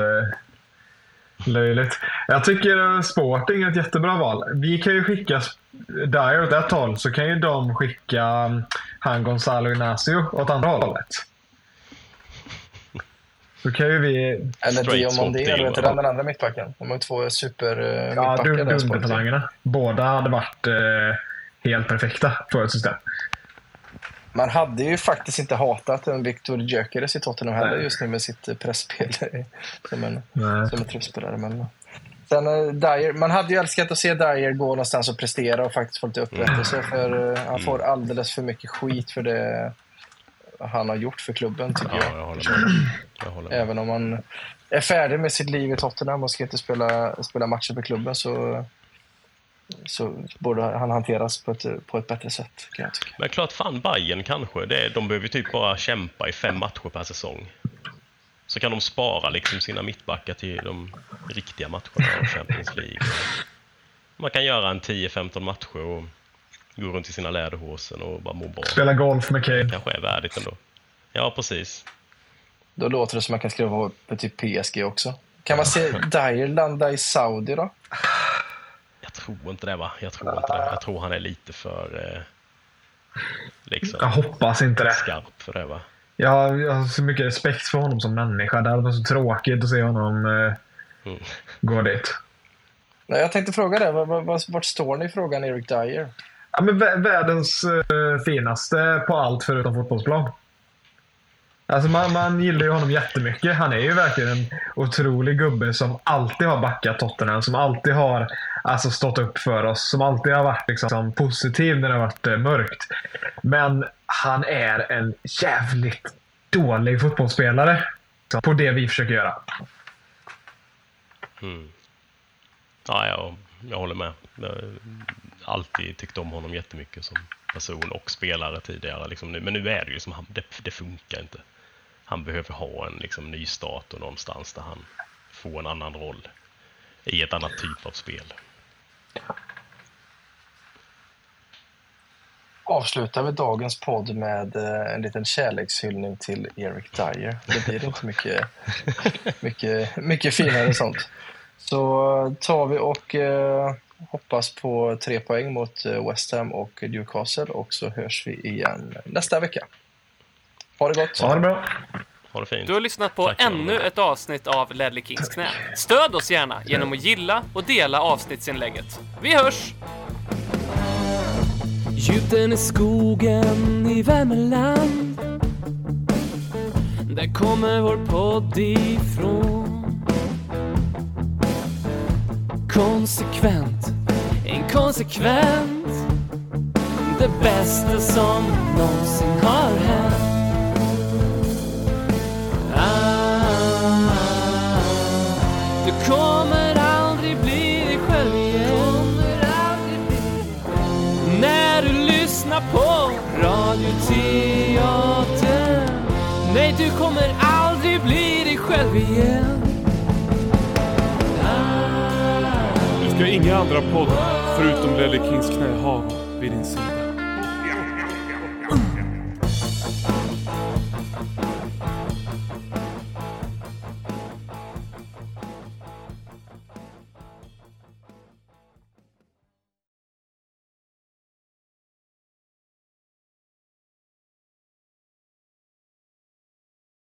löjligt. Jag tycker Sporting är ett jättebra val. Vi kan ju skicka Dyer åt ett håll, så kan ju de skicka han Gonzalo Inacio åt andra hållet. Så kan ju vi...
Eller Diomande, eller inte den andra mittbacken. De har 2 super mittbackar.
Ja, dundertalangerna. Båda hade varit helt perfekta för ett system. Man
hade ju faktiskt inte hatat en Victor Gyökeres i Tottenham heller just nu med sitt pressspel som en truppspelare. Men sen Dyer, man hade ju älskat att se Dyer gå någonstans och prestera och faktiskt få lite upprättelse, för han får alldeles för mycket skit för det han har gjort för klubben, tycker jag. Jag håller med. Även om han är färdig med sitt liv i Tottenham och ska inte spela matcher för klubben, så borde han hanteras på ett bättre sätt, kan jag tycka.
Men klart fan Bayern kanske. De behöver typ bara kämpa i 5 matcher per säsong. Så kan de spara liksom sina mittbackar till de riktiga matcherna av Champions League. Man kan göra en 10-15 matcher och gå runt i sina läderhosen och bara må bra.
Spela golf med Kane.
Det kanske är värdigt ändå. Ja, precis.
Då låter det som man kan skriva på typ PSG också. Kan man se Dyer landa i Saudi då?
Jag tror inte det, va? Jag tror han är lite för liksom,
jag hoppas inte det.
Skarp för det, va?
Jag har så mycket respekt för honom som människa. Det hade varit så tråkigt att se honom gå dit.
Nej, jag tänkte fråga det. Vart står ni i frågan Eric Dyer?
Ja, men världens finaste på allt förutom fotbollsplan. Alltså man gillar ju honom jättemycket. Han är ju verkligen en otrolig gubbe som alltid har backat Tottenham. Som alltid har alltså stått upp för oss. Som alltid har varit liksom positiv när det har varit mörkt. Men han är en jävligt dålig fotbollsspelare. På det vi försöker göra.
Ja, jag håller med. Jag har alltid tyckt om honom jättemycket som person och spelare tidigare. Liksom. Men nu är det ju som det funkar inte. Han behöver ha en liksom, ny start och någonstans där han får en annan roll i ett annat typ av spel.
Avslutar vi dagens podd med en liten kärlekshyllning till Eric Dyer. Det blir inte mycket finare sånt. Så tar vi och hoppas på 3 poäng mot West Ham och Newcastle och så hörs vi igen nästa vecka. Ha det gott.
Ha det bra.
Ha det fint.
Du har lyssnat på ännu ett avsnitt av Ledley Kings knä. Stöd oss gärna genom att gilla och dela avsnittsinlägget. Vi hörs! Gjuten i skogen i Värmeland. Där kommer vår podd ifrån. Inkonsekvent. Det bästa som någonsin har hänt. Du kommer aldrig bli dig själv igen. När du lyssnar på radioteater. Nej, du kommer aldrig bli dig själv igen.
Du ska inga andra poddar förutom Ledley Kings knä ha vid din sida.